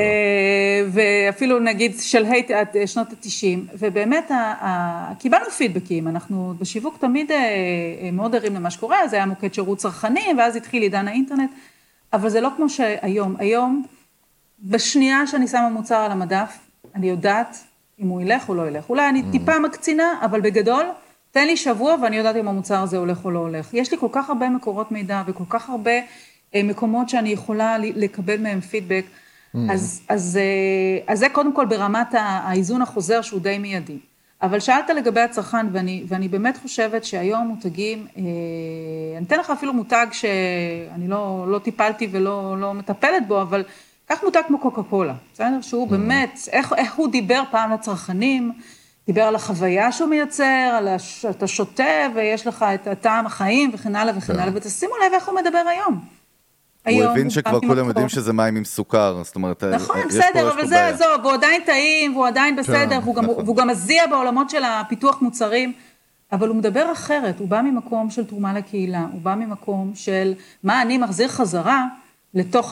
ואפילו נגיד של שנות ה-90, ובאמת קיבלנו פידבקים, אנחנו בשיווק תמיד מאוד ערים למה שקורה, זה היה מוקד שירות צרכני, ואז התחיל עידן האינטרנט, אבל זה לא כמו שהיום. היום, בשנייה שאני שמה מוצר על המדף, אני יודעת אם הוא ילך או לא ילך. אולי אני טיפה מקצינה, אבל בגדול, תן לי שבוע ואני יודעת אם המוצר הזה הולך או לא הולך. יש לי כל כך הרבה מקורות מידע וכל כך הרבה מקומות שאני יכולה לקבל מהם פידבק. אז זה קודם כל ברמת האיזון החוזר שהוא די מיידי. אבל שאלת לגבי הצרכן, ואני באמת חושבת שהיום מותגים, אני אתן לך אפילו מותג שאני לא טיפלתי ולא מטפלת בו, אבל כך מותג כמו קוקה קולה, בסדר? שהוא באמת, איך הוא דיבר פעם לצרכנים, דיבר על החוויה שהוא מייצר, אתה שותה ויש לך את הטעם החיים וכן הלאה וכן הלאה, ותשימו לב איך הוא מדבר היום. הוא הבין שכבר כולם יודעים שזה מים עם סוכר, זאת אומרת, נכון, בסדר, אבל זה, עזוב, והוא עדיין טעים, והוא עדיין בסדר, והוא גם מזיע בעולמות של הפיתוח מוצרים, אבל הוא מדבר אחרת, הוא בא ממקום של תרומה לקהילה, הוא בא ממקום של מה אני מחזיר חזרה לתוך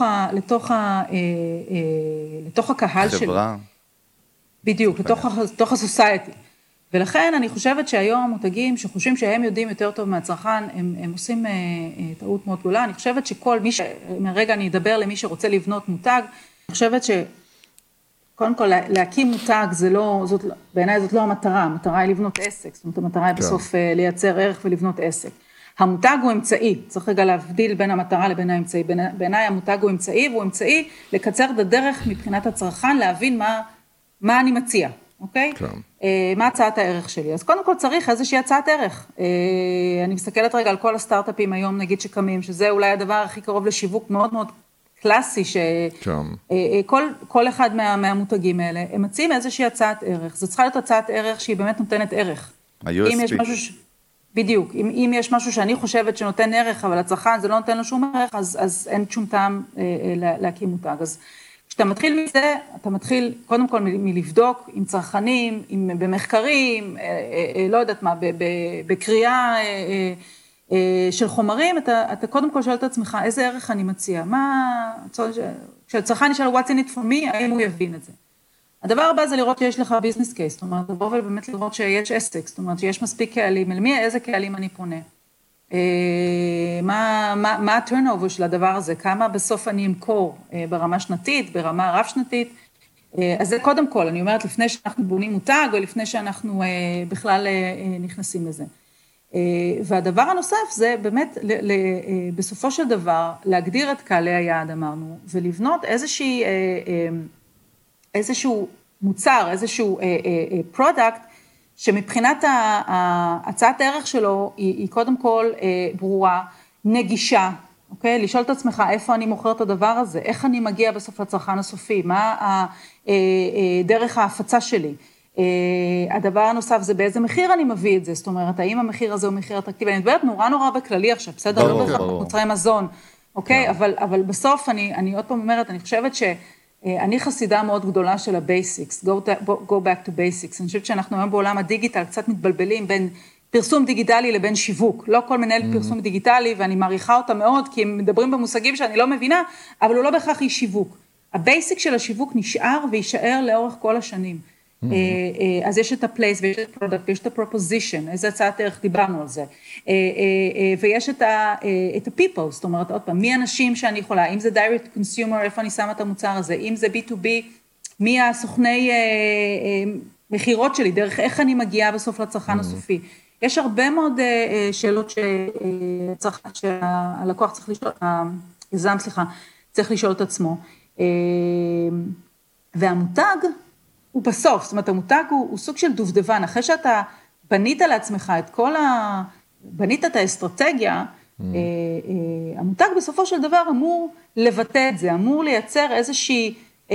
הקהל שלי. חברה. בדיוק, לתוך הסוסייטי. ולכן אני חושבת שהיום מותגים שחושבים שהם יודעים יותר טוב מהצרכן, הם עושים טעות מאוד גדולה. אני חושבת שכל מי מרגע אני אדבר למי שרוצה לבנות מותג, אני חושבת שקודם כל להקים מותג זה לא, בעיניי זאת לא המטרה, המטרה היא לבנות עסק, זאת אומרת המטרה היא בסוף לייצר ערך ולבנות עסק. המותג הוא אמצעי, צריך רגע להבדיל בין המטרה לבין האמצעי. בעיניי המותג הוא אמצעי, והוא אמצעי לקצר את הדרך מבחינת הצרכן, להבין מה אני מציע, אוקיי? מה הצעת הערך שלי? אז קודם כל צריך איזושהי הצעת ערך. אני מסתכלת רגע על כל הסטארט-אפים היום, נגיד שקמים, שזה אולי הדבר הכי קרוב לשיווק מאוד מאוד קלאסי, שכל אחד מהמותגים האלה, הם מציעים איזושהי הצעת ערך. זו צריכה להיות הצעת ערך שהיא באמת נותנת ערך. ה-USP. בדיוק, אם יש משהו שאני חושבת שנותן ערך, אבל הצרכן זה לא נותן לו שום ערך, אז אין שום טעם להקים מותג. אז כשאתה מתחיל מזה, אתה מתחיל קודם כל מלבדוק עם צרכנים, במחקרים, לא יודעת מה, בקריאה של חומרים, אתה קודם כל שואל את עצמך, איזה ערך אני מציע? כשהצרכן ישאל, what's in it for me, האם הוא יבין את זה? הדבר הבא זה לראות שיש לך ביזנס קייס, זאת אומרת, לבוא ובאמת לראות שיש עסק, זאת אומרת, שיש מספיק קהלים, אל מי, איזה קהלים אני פונה? מה הטרנאובר של הדבר הזה? כמה בסוף אני אמכור ברמה שנתית, ברמה רב שנתית? אז זה קודם כל, אני אומרת, לפני שאנחנו בונים מותג, או לפני שאנחנו בכלל נכנסים לזה. והדבר הנוסף זה באמת, בסופו של דבר, להגדיר את קהלי היעד, אמרנו, ולבנות איזשהו מוצר, איזשהו פרודקט, שמבחינת הצעת הערך שלו היא קודם כל ברורה, נגישה, אוקיי? לשאול את עצמך איפה אני מוכר את הדבר הזה, איך אני מגיע בסוף לצרכן הסופי, מה דרך ההפצה שלי. הדבר הנוסף זה באיזה מחיר אני מביא את זה, זאת אומרת, האם המחיר הזה הוא מחיר אטרקטיבי, אני מדברת נורא בכללי עכשיו, בסדר? לא בהכרח מוצרי מזון, אוקיי? אבל בסוף אני עוד פעם אומרת, אני חושבת אני חסידה מאוד גדולה של הבייסיקס, go back to basics. אני חושבת שאנחנו היום בעולם הדיגיטל קצת מתבלבלים בין פרסום דיגיטלי לבין שיווק. לא כל מנהל פרסום דיגיטלי, ואני מעריכה אותה מאוד, כי הם מדברים במושגים שאני לא מבינה, אבל הוא לא בהכרח היא שיווק. הבייסיק של השיווק נשאר ויישאר לאורך כל השנים. אז יש את הפלייס ויש את הפרודקט ויש את הפרופוזישן, איזה הצעת ערך דיברנו על זה, ויש את ה-people, זאת אומרת, עוד פעם, מי האנשים שאני יכולה, אם זה direct consumer, איפה אני שמה את המוצר הזה, אם זה B2B, מי הסוכני מחירות שלי, דרך איך אני מגיעה בסוף לצרכן הסופי. יש הרבה מאוד שאלות שהלקוח צריך לשאול, היזם, צריך לשאול את עצמו, והמותג, הוא בסוף, זאת אומרת, המותג הוא סוג של דובדבן, אחרי שאתה בנית לעצמך בנית את האסטרטגיה, המותג בסופו של דבר אמור לבטא את זה, אמור לייצר איזושהי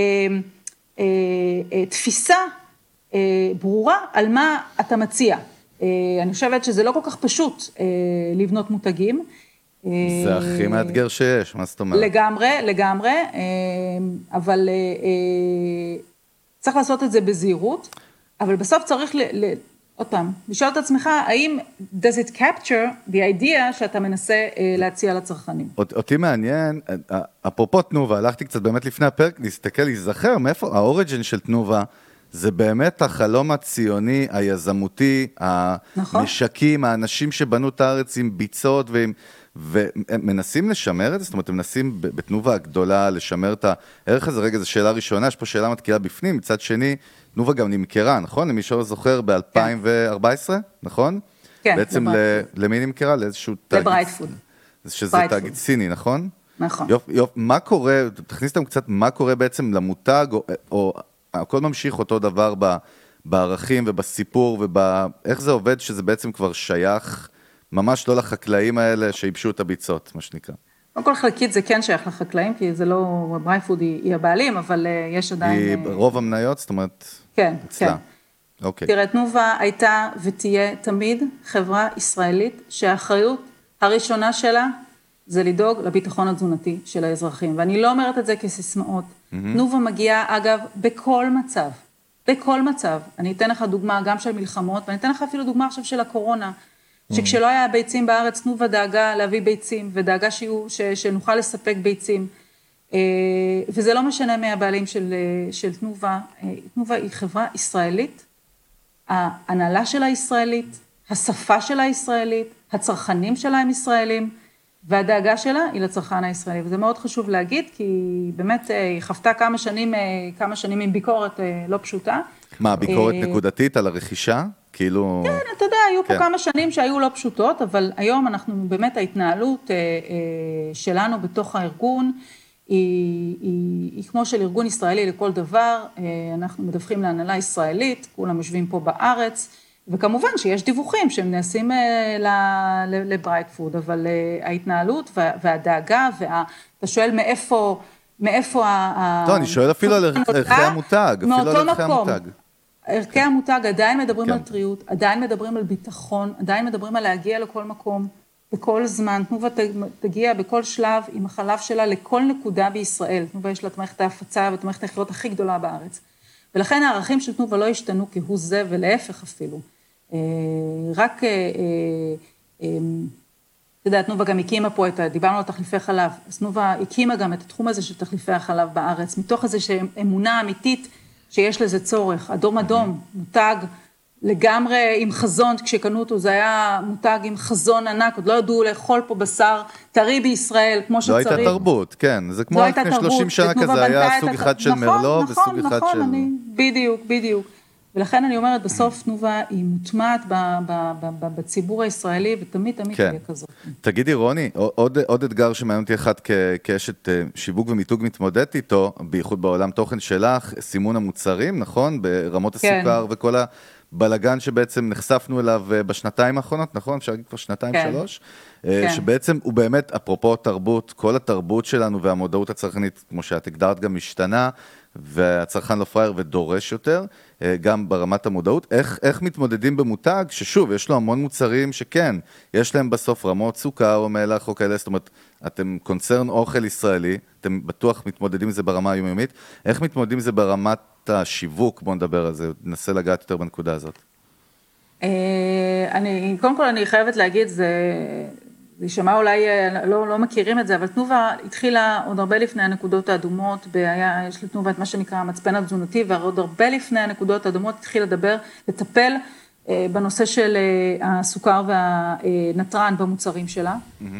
תפיסה ברורה על מה אתה מציע. אני חושבת שזה לא כל כך פשוט לבנות מותגים. זה הכי מאתגר שיש, מה זאת אומרת? לגמרי, אבל צריך לעשות את זה בזהירות, אבל בסוף צריך עוד פעם, לשאול את עצמך, האם does it capture the idea שאתה מנסה להציע לצרכנים? אותי מעניין, אפרופו תנובה, הלכתי קצת באמת לפני הפרק, להיזכר מאיפה, האוריג'ין של תנובה, זה באמת החלום הציוני, היזמותי, המשקים, האנשים שבנו את הארץ עם ביצות ומנסים לשמר את זה, זאת אומרת, הם מנסים בתנובה הגדולה לשמר את הערך הזה. רגע, זו שאלה ראשונה, יש פה שאלה מתקילה בפנים, מצד שני, תנובה גם נמכרה, נכון? למי שלא זוכר, ב-2014, נכון? כן. בעצם למי נמכרה? לאיזשהו תאגיד. לברייטפוד. שזה תאגיד סיני, נכון? נכון. מה קורה, תכניס אותם קצת, מה קורה בעצם למותג, או הכל ממשיך אותו דבר בערכים ובסיפור, ואיך זה עובד שזה בעצם כבר שייך, ממש לא לחקלאים האלה שיבשו את הביצות, מה שנקרא. קודם כל חלקית זה כן שייך לחקלאים, כי זה לא, ברייפוד היא הבעלים, אבל יש עדיין... היא רוב המניות, זאת אומרת, כן, אצלה. כן. אוקיי. תראה, תנובה הייתה ותהיה תמיד חברה ישראלית, שהאחריות הראשונה שלה זה לדאוג לביטחון התזונתי של האזרחים, ואני לא אומרת את זה כסיסמאות. תנובה מגיעה, אגב, בכל מצב, בכל מצב. אני אתן לך דוגמה גם של מלחמות, ואני אתן לך אפילו דוגמה עכשיו של הקורונה, שכשלא היה ביצים בארץ, תנובה דאגה להביא ביצים, ודאגה שנוכל לספק ביצים, וזה לא משנה מהבעלים של תנובה. תנובה היא חברה ישראלית, ההנהלה שלה ישראלית, השפה שלה ישראלית, הצרכנים שלה הם ישראלים, והדאגה שלה היא לצרכן הישראלי, וזה מאוד חשוב להגיד, כי באמת היא חפתה כמה שנים עם ביקורת לא פשוטה. מה, ביקורת נקודתית על הרכישה? כאילו... כן, אתה יודע, היו פה כמה שנים שהיו לא פשוטות, אבל היום אנחנו באמת ההתנהלות שלנו בתוך הארגון, היא כמו של ארגון ישראלי לכל דבר, אנחנו מדווחים להנהלה ישראלית, כולם יושבים פה בארץ, וכמובן שיש דיווחים שהם נעשים לברייטפוד, אבל ההתנהלות והדאגה, אתה שואל מאיפה לא, אני שואל אפילו על ערכי המותג, ערכי המותג עדיין מדברים על טריות, עדיין מדברים על ביטחון, עדיין מדברים על להגיע לכל מקום, בכל זמן. תנובה תגיע בכל שלב עם החלב שלה לכל נקודה בישראל. תנובה יש לה את מערכת ההפצה ואת מערכת היחידות הכי גדולה בארץ. ולכן הערכים של תנובה לא השתנו כהוא זה ולהפך אפילו. רק, אתה יודע, תנובה גם הקימה פה דיברנו על תחליפי חלב, אז תנובה הקימה גם את התחום הזה של תחליפי החלב בארץ, מתוך איזו אמונה אמיתית שיש לזה צורך. אדום אדום, מותג לגמרי עם חזון, כשקנו אותו זה היה מותג עם חזון ענק, עוד לא ידעו לאכול פה בשר טרי בישראל, כמו שצריך. לא הייתה תרבות, כן, זה כמו לפני 30 שנה כזה, היה סוג אחד של מרלו וסוג אחד של... בדיוק. ולכן אני אומרת, בסוף תנובה היא מוטמעת בציבור הישראלי, ותמיד תהיה כזאת. תגידי רוני, עוד אתגר שמעניין אותי אחד כאשת שיווק ומיתוג מתמודדת איתו, בייחוד בעולם תוכן שלך, סימון המוצרים, נכון? ברמות הסוכר וכל הבלגן שבעצם נחשפנו אליו בשנתיים האחרונות, נכון? אפשר להגיד כבר שנתיים, שלוש? שבעצם הוא באמת, אפרופו תרבות, כל התרבות שלנו והמודעות הצרכנית, כמו שאת הגדרת גם משתנה, והצרכן לא פרייר ודורש יותר, גם ברמת המודעות. איך מתמודדים במותג, ששוב, יש לו המון מוצרים שכן, יש להם בסוף רמות סוכר או מלח או כאלה, זאת אומרת, אתם קונצרן אוכל ישראלי, אתם בטוח מתמודדים עם זה ברמה היומיומית, איך מתמודדים עם זה ברמת השיווק, בואו נדבר על זה, ננסה לגעת יותר בנקודה הזאת. קודם כל אני חייבת להגיד, זה יישמע אולי לא מכירים את זה, אבל תנובה התחילה עוד הרבה לפני הנקודות האדומות, יש לתנובה את מה שנקרא המצפן התזונתי, ועוד הרבה לפני הנקודות האדומות התחילה לטפל בנושא של הסוכר והנטרן במוצרים שלה,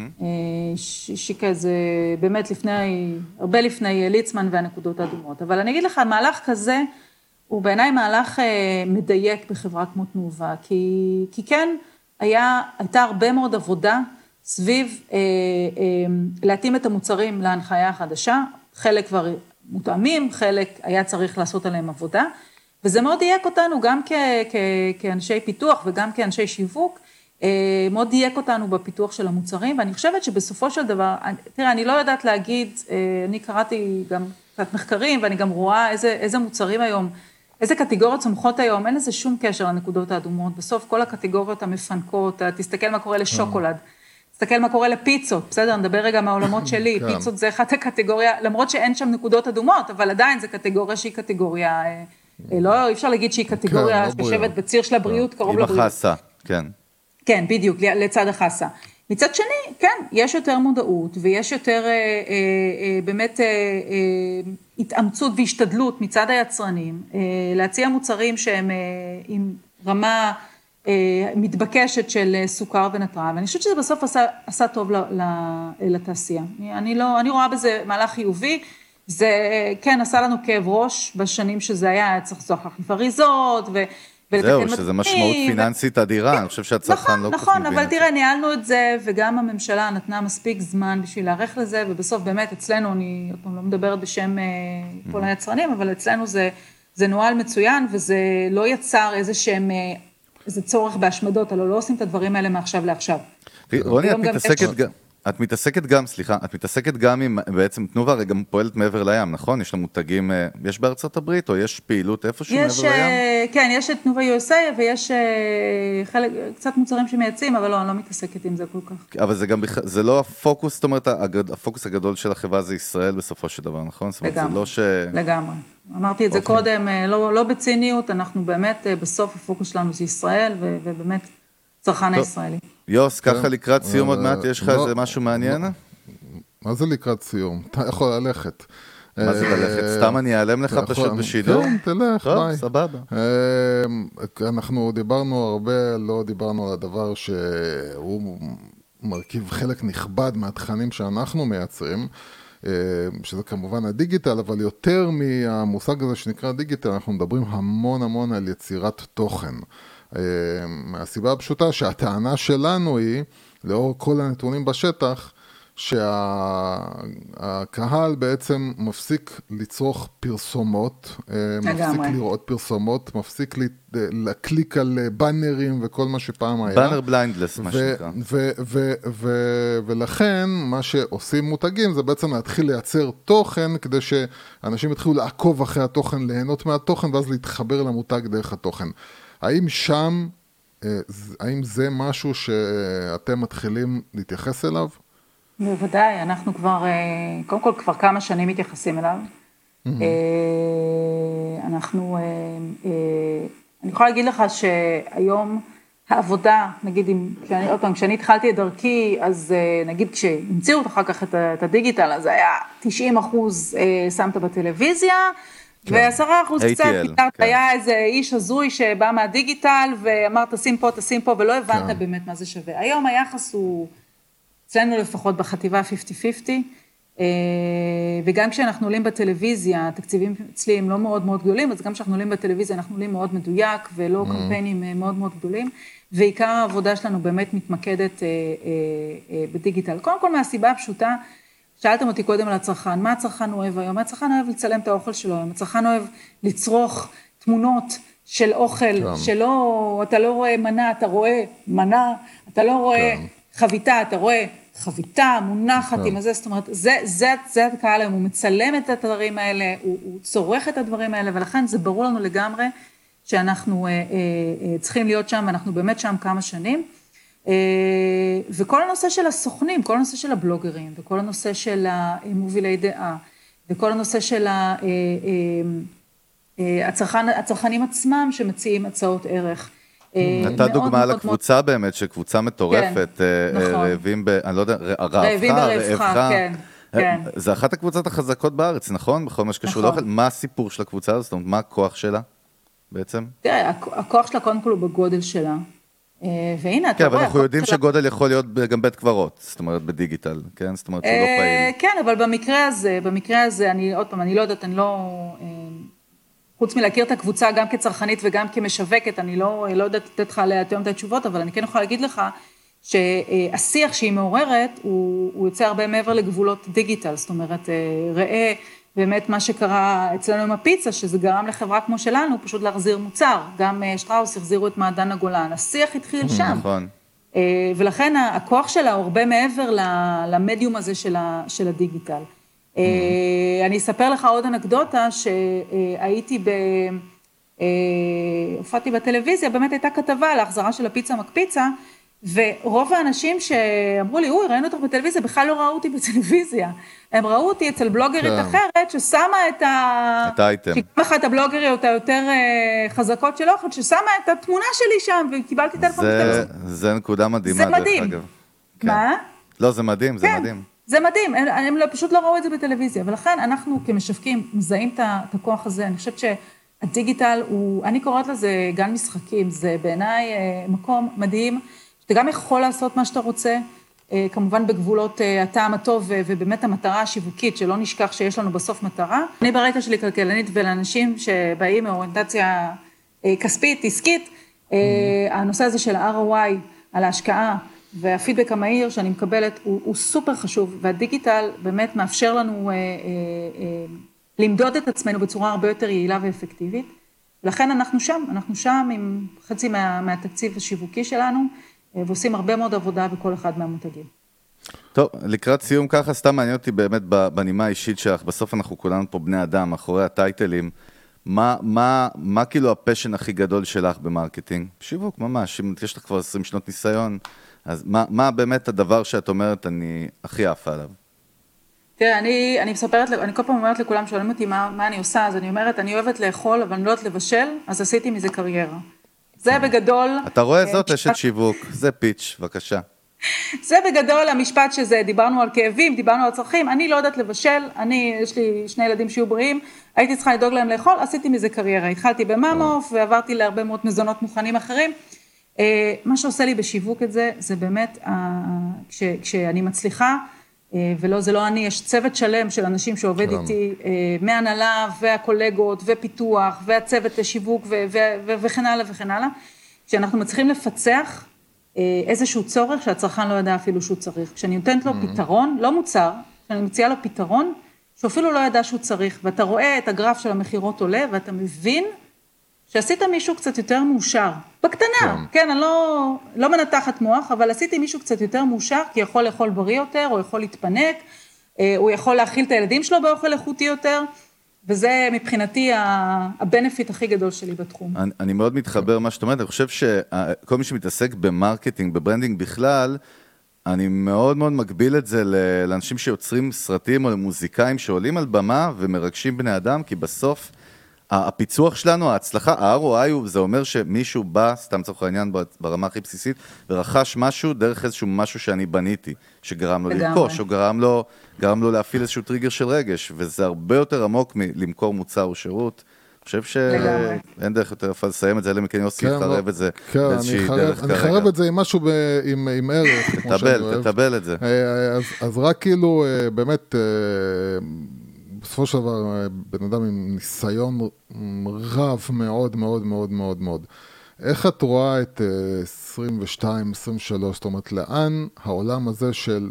שכזה באמת הרבה לפני ליצמן והנקודות האדומות. אבל אני אגיד לך, מהלך כזה הוא בעיניי מהלך מדייק בחברה כמו תנובה, כי כן הייתה הרבה מאוד עבודה סביב להתאים את המוצרים להנחיה החדשה, חלק כבר מותאמים, חלק היה צריך לעשות עליהם עבודה, וזה מאוד דייק אותנו גם כאנשי פיתוח וגם כאנשי שיווק, מאוד דייק אותנו בפיתוח של המוצרים, ואני חושבת שבסופו של דבר, תראה, אני לא יודעת להגיד, אני קראתי גם קצת מחקרים, ואני גם רואה איזה מוצרים היום, איזה קטגוריות צומחות היום, אין לזה שום קשר לנקודות האדומות, בסוף כל הקטגוריות המפנקות, תסתכל מה קורה לשוקולד, תסתכל מה קורה לפיצות, בסדר, נדבר רגע מהעולמות שלי, פיצות זה אחת הקטגוריה, למרות שאין שם נקודות אדומות, אבל עדיין זה קטגוריה שהיא קטגוריה, לא, אי אפשר להגיד שהיא קטגוריה שיושבת בציר של הבריאות, קרוב לבריאות. עם החסה, כן. כן, בדיוק, לצד החסה. מצד שני, כן, יש יותר מודעות, ויש יותר באמת התאמצות והשתדלות מצד היצרנים, להציע מוצרים שהם עם רמה מתבקשת של סוכר ונטרן, ואני חושבת שזה בסוף עשה טוב לתעשייה. אני רואה בזה מהלך חיובי, זה כן עשה לנו כאב ראש בשנים שזה היה, צריך להחליף אריזות זהו, שזה משמעות פיננסית אדירה, אני חושב שהצרכן לא כל כך מבין. נכון, אבל תראה, ניהלנו את זה, וגם הממשלה נתנה מספיק זמן בשביל להערך לזה, ובסוף באמת אצלנו, אני לא מדברת בשם כל היצרנים, אבל אצלנו זה נוהל מצוין, וזה לא יצר איזה צורך בהשמדות, אלא לא עושים את הדברים האלה מעכשיו לעכשיו. רוני, את מתעסקת גם... את מתעסקת גם, סליחה, את מתעסקת גם עם, בעצם תנובה הרי גם פועלת מעבר לים, נכון? יש לה מותגים, יש בארצות הברית, או יש פעילות איפשהו מעבר לים? כן, יש את תנובה USA, ויש קצת מוצרים שמייצאים, אבל לא, אני לא מתעסקת עם זה כל כך. אבל זה גם, זה לא הפוקוס, זאת אומרת, הפוקוס הגדול של החברה זה ישראל בסופו של דבר, נכון? לגמרי, לגמרי. אמרתי את זה קודם, לא בציניות, אנחנו באמת, בסוף הפוקוס שלנו זה ישראל, ובאמת צרכן הישראלי. יוס, ככה לקראת סיום עוד מעט, יש לך איזה משהו מעניין? מה זה לקראת סיום? אתה יכול ללכת. מה זה ללכת? סתם אני אעלם לך פשוט בשידור? כן, תלך, ביי. סבבה. אנחנו דיברנו הרבה, לא דיברנו על הדבר שהוא מרכיב חלק נכבד מהתכנים שאנחנו מייצרים, שזה כמובן הדיגיטל, אבל יותר מהמושג הזה שנקרא דיגיטל, אנחנו מדברים המון על יצירת תוכן. מהסיבה הפשוטה שהטענה שלנו היא, לאור כל הנתונים בשטח, שהקהל בעצם מפסיק לצרוך פרסומות, מפסיק לראות פרסומות, מפסיק להקליק על בנרים וכל מה שפעם היה. בנר בליינדלס, מה שנקרא. ולכן מה שעושים מותגים זה בעצם להתחיל לייצר תוכן, כדי שאנשים יתחילו לעקוב אחרי התוכן, ליהנות מהתוכן, ואז להתחבר למותג דרך התוכן. האם זה משהו שאתם מתחילים להתייחס אליו? בוודאי, אנחנו כבר, קודם כל כבר כמה שנים מתייחסים אליו. אני יכולה להגיד לך שהיום העבודה, נגיד, כשאני התחלתי את דרכי, אז נגיד כשהמציאו אחר כך את הדיגיטל, אז היה 90% שמת בטלוויזיה, ו10% קצת, היה איזה איש הזוי שבא מהדיגיטל, ואמר תשים פה, ולא הבנת באמת מה זה שווה. היום היחס הוא, אצלנו לפחות בחטיבה 50-50, וגם כשאנחנו עולים בטלוויזיה, התקציבים אצלי הם לא מאוד מאוד גדולים, אז גם כשאנחנו עולים בטלוויזיה, אנחנו עולים מאוד מדויק, ולא קמפיינים מאוד מאוד גדולים, ועיקר העבודה שלנו באמת מתמקדת בדיגיטל. קודם כל מהסיבה הפשוטה, שאלתם אותי קודם על הצרכן, מה הצרכן אוהב היום? הצרכן אוהב לצלם את האוכל שלו היום, הצרכן אוהב לצרוך תמונות של אוכל, שלא, אתה לא רואה מנה, אתה רואה מנה, אתה לא רואה חביתה, אתה רואה חביתה מונחת עם הזה, זאת אומרת, זה הקהל היום, הוא מצלם את הדברים האלה, הוא צורך את הדברים האלה, ולכן זה ברור לנו לגמרי שאנחנו צריכים להיות שם, ואנחנו באמת שם כמה שנים, וכל הנושא של הסוכנים, כל הנושא של הבלוגרים, וכל הנושא של המובילי דעה, וכל הנושא של הצרכנים עצמם שמציעים הצעות ערך. נתת דוגמה על הקבוצה באמת, שקבוצה מטורפת, רעבים אני לא יודע, רעבך, כן. זה אחת הקבוצות החזקות בארץ, נכון? בכל מה שקשור לאוכל. מה הסיפור של הקבוצה הזאת? זאת אומרת, מה הכוח שלה בעצם? תראה, הכוח שלה קודם כל הוא בגודל שלה. והנה, אתה רואה. כן, אבל אנחנו יודעים שגודל יכול להיות גם בית קברות, זאת אומרת, בדיגיטל, כן? זאת אומרת, שהוא לא פעיל. כן, אבל במקרה הזה, עוד פעם, אני לא יודעת, אני לא... חוץ מלהכיר את הקבוצה גם כצרכנית וגם כמשווקת, אני לא יודעת לתת לך עליה את התשובות, אבל אני כן יכולה להגיד לך שהשיח שהיא מעוררת, הוא יוצא הרבה מעבר לגבולות דיגיטל, זאת אומרת, ראה באמת מה שקרה אצלנו עם הפיצה, שזה גרם לחברה כמו שלנו, פשוט להחזיר מוצר, גם שטראוס החזירו את מעדן הגולן, השיח התחיל שם. נכון. ולכן הכוח שלה הוא הרבה מעבר למדיום הזה של הדיגיטל. אני אספר לך עוד אנקדוטה שהייתי הופעתי בטלוויזיה, באמת הייתה כתבה על ההחזרה של הפיצה מקפיצה, ורוב האנשים שאמרו לי, ראינו אותך בטלוויזיה, בכלל לא ראו אותי בטלוויזיה. הם ראו אותי אצל בלוגרית אחרת, ששמה את האייטם. שיקמה לך את הבלוגריות היותר חזקות של אוכל, ששמה את התמונה שלי שם, וקיבלתי טלפון בטלוויזיה. זה נקודה מדהימה. זה מדהים. מה? לא, זה מדהים, זה מדהים. זה מדהים, הם פשוט לא ראו את זה בטלוויזיה, ולכן אנחנו כמשווקים מזהים את הכוח הזה. אני חושבת שהדיגיטל הוא, אני קוראת לזה גן משחקים, זה בעיניי מקום מדהים, שאתה גם יכול לעשות מה שאתה רוצה, כמובן בגבולות הטעם הטוב, ובאמת המטרה השיווקית, שלא נשכח שיש לנו בסוף מטרה. אני ברקע שלי כלכלנית, ולאנשים שבאים מאוריינטציה כספית, עסקית, הנושא הזה של ה-ROI על ההשקעה, והפידבק המהיר שאני מקבלת הוא סופר חשוב, והדיגיטל באמת מאפשר לנו למדוד את עצמנו בצורה הרבה יותר יעילה ואפקטיבית, ולכן אנחנו שם עם חצי מהתקציב השיווקי שלנו, ועושים הרבה מאוד עבודה בכל אחד מהמותגים. טוב, לקראת סיום ככה, סתם מעניין אותי באמת בנימה האישית שלך, בסוף אנחנו כולנו פה בני אדם, מאחורי הטייטלים, מה כאילו הפשן הכי גדול שלך במרקטינג? שיווק, ממש, אם יש לך כבר 20 שנות ניסיון, אז מה באמת הדבר שאת אומרת אני הכי עפה עליו? תראה, אני מספרת, אני כל פעם אומרת לכולם, שואלים אותי מה אני עושה, אז אני אומרת, אני אוהבת לאכול, אבל אני לא יודעת לבשל, אז עשיתי מזה קריירה. זה בגדול... אתה רואה זאת, אשת שיווק, זה פיץ', בבקשה. זה בגדול המשפט שזה, דיברנו על כאבים, דיברנו על צרכים, אני לא יודעת לבשל, יש לי 2 ילדים שיהיו בריאים, הייתי צריכה לדאוג להם לאכול, עשיתי מזה קריירה, התחלתי במאמוף ועברתי להרבה מאוד מזונות מוכנים אחרים, מה שעושה לי בשיווק את זה, זה באמת, כשאני מצליחה, זה לא אני, יש צוות שלם של אנשים שעובד איתי, מהנהלה והקולגות ופיתוח והצוות לשיווק וכן הלאה וכן הלאה, כשאנחנו מצליחים לפצח איזשהו צורך שהצרכן לא ידע אפילו שהוא צריך. כשאני נותנת לו פתרון, לא מוצר, כשאני מציעה לו פתרון, שאפילו לא ידע שהוא צריך, ואתה רואה את הגרף של המחירות עולה, ואתה מבין שעשית מישהו קצת יותר מאושר, בקטנה, כן, אני לא מנתחת מוח, אבל עשיתי מישהו קצת יותר מאושר, כי יכול לאכול בריא יותר, או יכול להתפנק, הוא יכול להכיל את הילדים שלו באוכל איכותי יותר, וזה מבחינתי הבנפיט הכי גדול שלי בתחום. אני מאוד מתחבר מה שאת אומרת, אני חושב שכל מי שמתעסק במרקטינג, בברנדינג בכלל, אני מאוד מאוד מגביל את זה לאנשים שיוצרים סרטים או למוזיקאים שעולים על במה ומרגשים בני אדם, כי בסוף הפיצוח שלנו, ההצלחה, ה-ROI, זה אומר שמישהו בא, סתם צורך העניין ברמה הכי בסיסית, ורכש משהו דרך איזשהו משהו שאני בניתי, שגרם לו לרכוש, או גרם לו להפעיל איזשהו טריגר של רגש, וזה הרבה יותר עמוק מלמכור מוצר או שירות. אני חושב שאין דרך יותר יפה לסיים את זה, אלא מכן יוסי יחרב את זה באיזושהי דרך כרגע. אני חרב את זה עם משהו עם ערך. תטבל את זה. אז רק כאילו, באמת, בסופו של דבר, בן אדם עם ניסיון רב מאוד מאוד מאוד מאוד מאוד. איך את רואה את 22, 23, זאת אומרת, לאן העולם הזה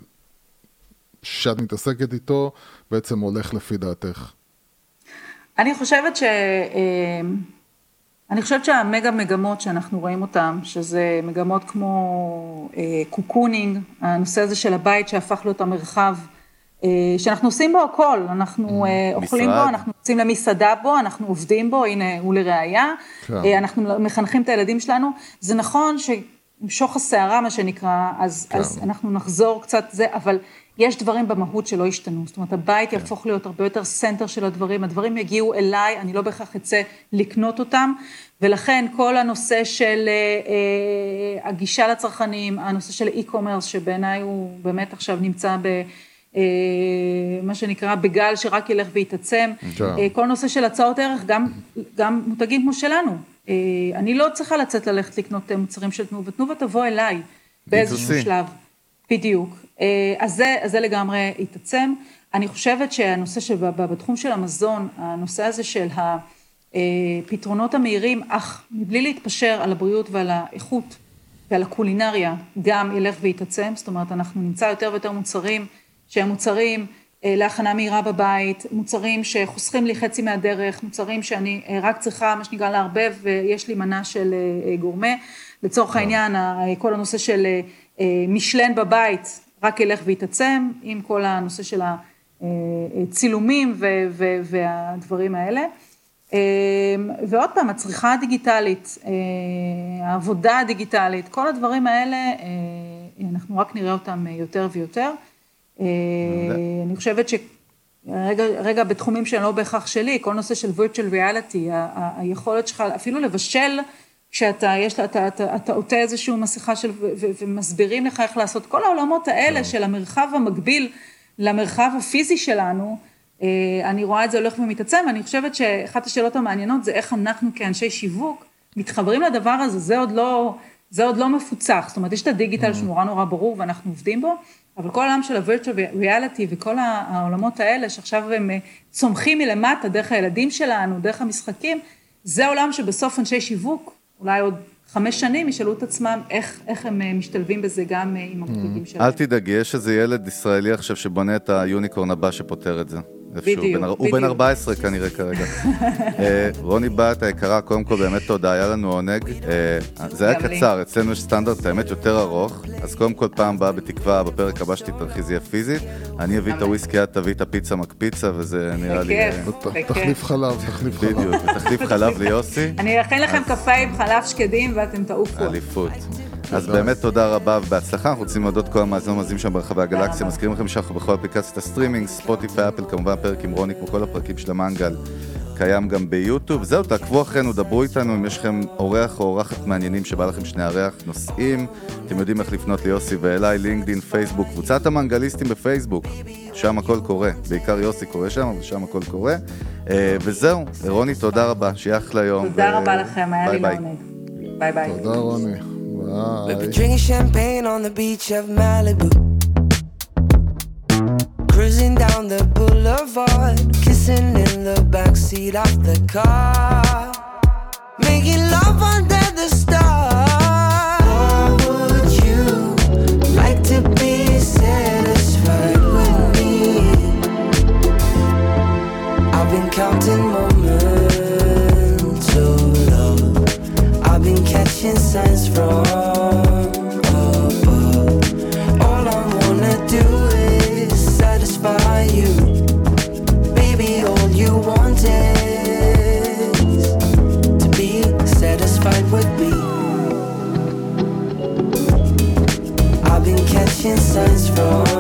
שאת מתעסקת איתו בעצם הולך לפי דעתך? אני חושבת שהמגה מגמות שאנחנו רואים אותם, שזה מגמות כמו קוקונינג, הנושא הזה של הבית שהפך להיות המרחב, שאנחנו עושים בו הכל, אנחנו אוכלים בו, אנחנו יוצאים למסעדה בו, אנחנו עובדים בו, הנה הוא לראיה, אנחנו מחנכים את הילדים שלנו, זה נכון שמשוך השערה מה שנקרא, אז אנחנו נחזור קצת זה, אבל יש דברים במהות שלא השתנו, זאת אומרת הבית יהפוך להיות הרבה יותר סנטר של הדברים יגיעו אליי, אני לא בהכרח אצא לקנות אותם, ולכן כל הנושא של הגישה לצרכנים, הנושא של e-commerce שבעיניי הוא באמת עכשיו נמצא מה שנקרא בגל שרק ילך ויתעצם, כל נושא של הצעות ערך, גם מותגים כמו שלנו, אני לא צריכה ללכת לקנות מוצרים של תנובה, תנובה תבוא אליי באיזשהו שלב, בדיוק, אז זה לגמרי יתעצם, אני חושבת שהנושא שבתחום של המזון, הנושא הזה של הפתרונות המהירים, אך מבלי להתפשר על הבריאות ועל האיכות ועל הקולינריה, גם ילך ויתעצם, זאת אומרת אנחנו נמצא יותר ויותר מוצרים, שהם מוצרים להכנה מהירה בבית, מוצרים שחוסכים לי חצי מהדרך, מוצרים שאני רק צריכה, מה שנקרא לערבב, ויש לי מנה של גורמה. לצורך העניין, כל הנושא של משלן בבית, רק ילך ויתעצם, עם כל הנושא של הצילומים והדברים האלה. ועוד פעם, הצריכה הדיגיטלית, העבודה הדיגיטלית, כל הדברים האלה, אנחנו רק נראה אותם יותר ויותר. אני חושבת רגע בתחומים שהם לא בהכרח שלי, כל נושא של virtual reality, היכולת שלך אפילו לבשל, כשאתה עוטה איזשהו מסכה ומסבירים לך איך לעשות, כל העולמות האלה של המרחב המקביל למרחב הפיזי שלנו, אני רואה את זה הולך ומתעצם, אני חושבת שאחת השאלות המעניינות זה איך אנחנו כאנשי שיווק מתחברים לדבר הזה, זה עוד לא מפוצח, זאת אומרת יש את הדיגיטל שנורא נורא ברור ואנחנו עובדים בו, אבל כל העולם של ה-virtual reality וכל העולמות האלה שעכשיו הם צומחים מלמטה דרך הילדים שלנו, דרך המשחקים, זה העולם שבסוף אנשי שיווק, אולי עוד 5 שנים ישאלו את עצמם איך הם משתלבים בזה גם עם המותגים שלהם. אל תדאגי, יש איזה ילד ישראלי עכשיו שבונה את היוניקורן הבא שפותר את זה. בדיוק. הוא בן 14 כנראה כרגע. רוני בת היקרה, קודם כל באמת תודה, היה לנו עונג. זה היה קצר, אצלנו יש סטנדרט האמת יותר ארוך, אז קודם כל פעם באה בתקווה, בפרק הבא שתתרכז יהיה פיזית. אני אביא את הוויסקי, את תביא את הפיצה מקפיצה, וזה נראה לי... תחליף חלב, תחליף חלב. בדיוק, תחליף חלב ליוסי. אני אכן לכם קפה עם חלב שקדים ואתם תעופו. אליפות. אז באמת תודה רבה ובהצלחה, אנחנו רוצים להודות כל המאזינים שם ברחבי הגלקסיה, מזכירים לכם שאנחנו בכל אפליקציית הסטרימינג, ספוטיפיי, אפל, כמובן פרק עם רוני, כמו כל הפרקים של המנגל, קיים גם ביוטיוב. זהו, תעקבו אחרינו, דברו איתנו, אם יש לכם אורח או אורחת מעניינים שבא לכם שנארח נושאים, אתם יודעים איך לפנות ליוסי ואליי, לינקדין, פייסבוק, קבוצת המנגליסטים בפייסבוק, שם הכל קורה, בעיקר יוסי קורה שם, אבל שם הכל קורה. וזהו, רוני, תודה רבה, שיהיה אחלה יום. תודה רבה לכם, היה לי לעונג. ביי ביי. תודה רוני. We'll be drinking champagne on the beach of Malibu, cruising down the boulevard, kissing in the backseat of the car, making love under the stars. Or would you like to be satisfied with me? I've been counting moments of love, I've been catching signs from above. All I wanna do is satisfy you, baby. All you want is to be satisfied with me. I've been catching signs from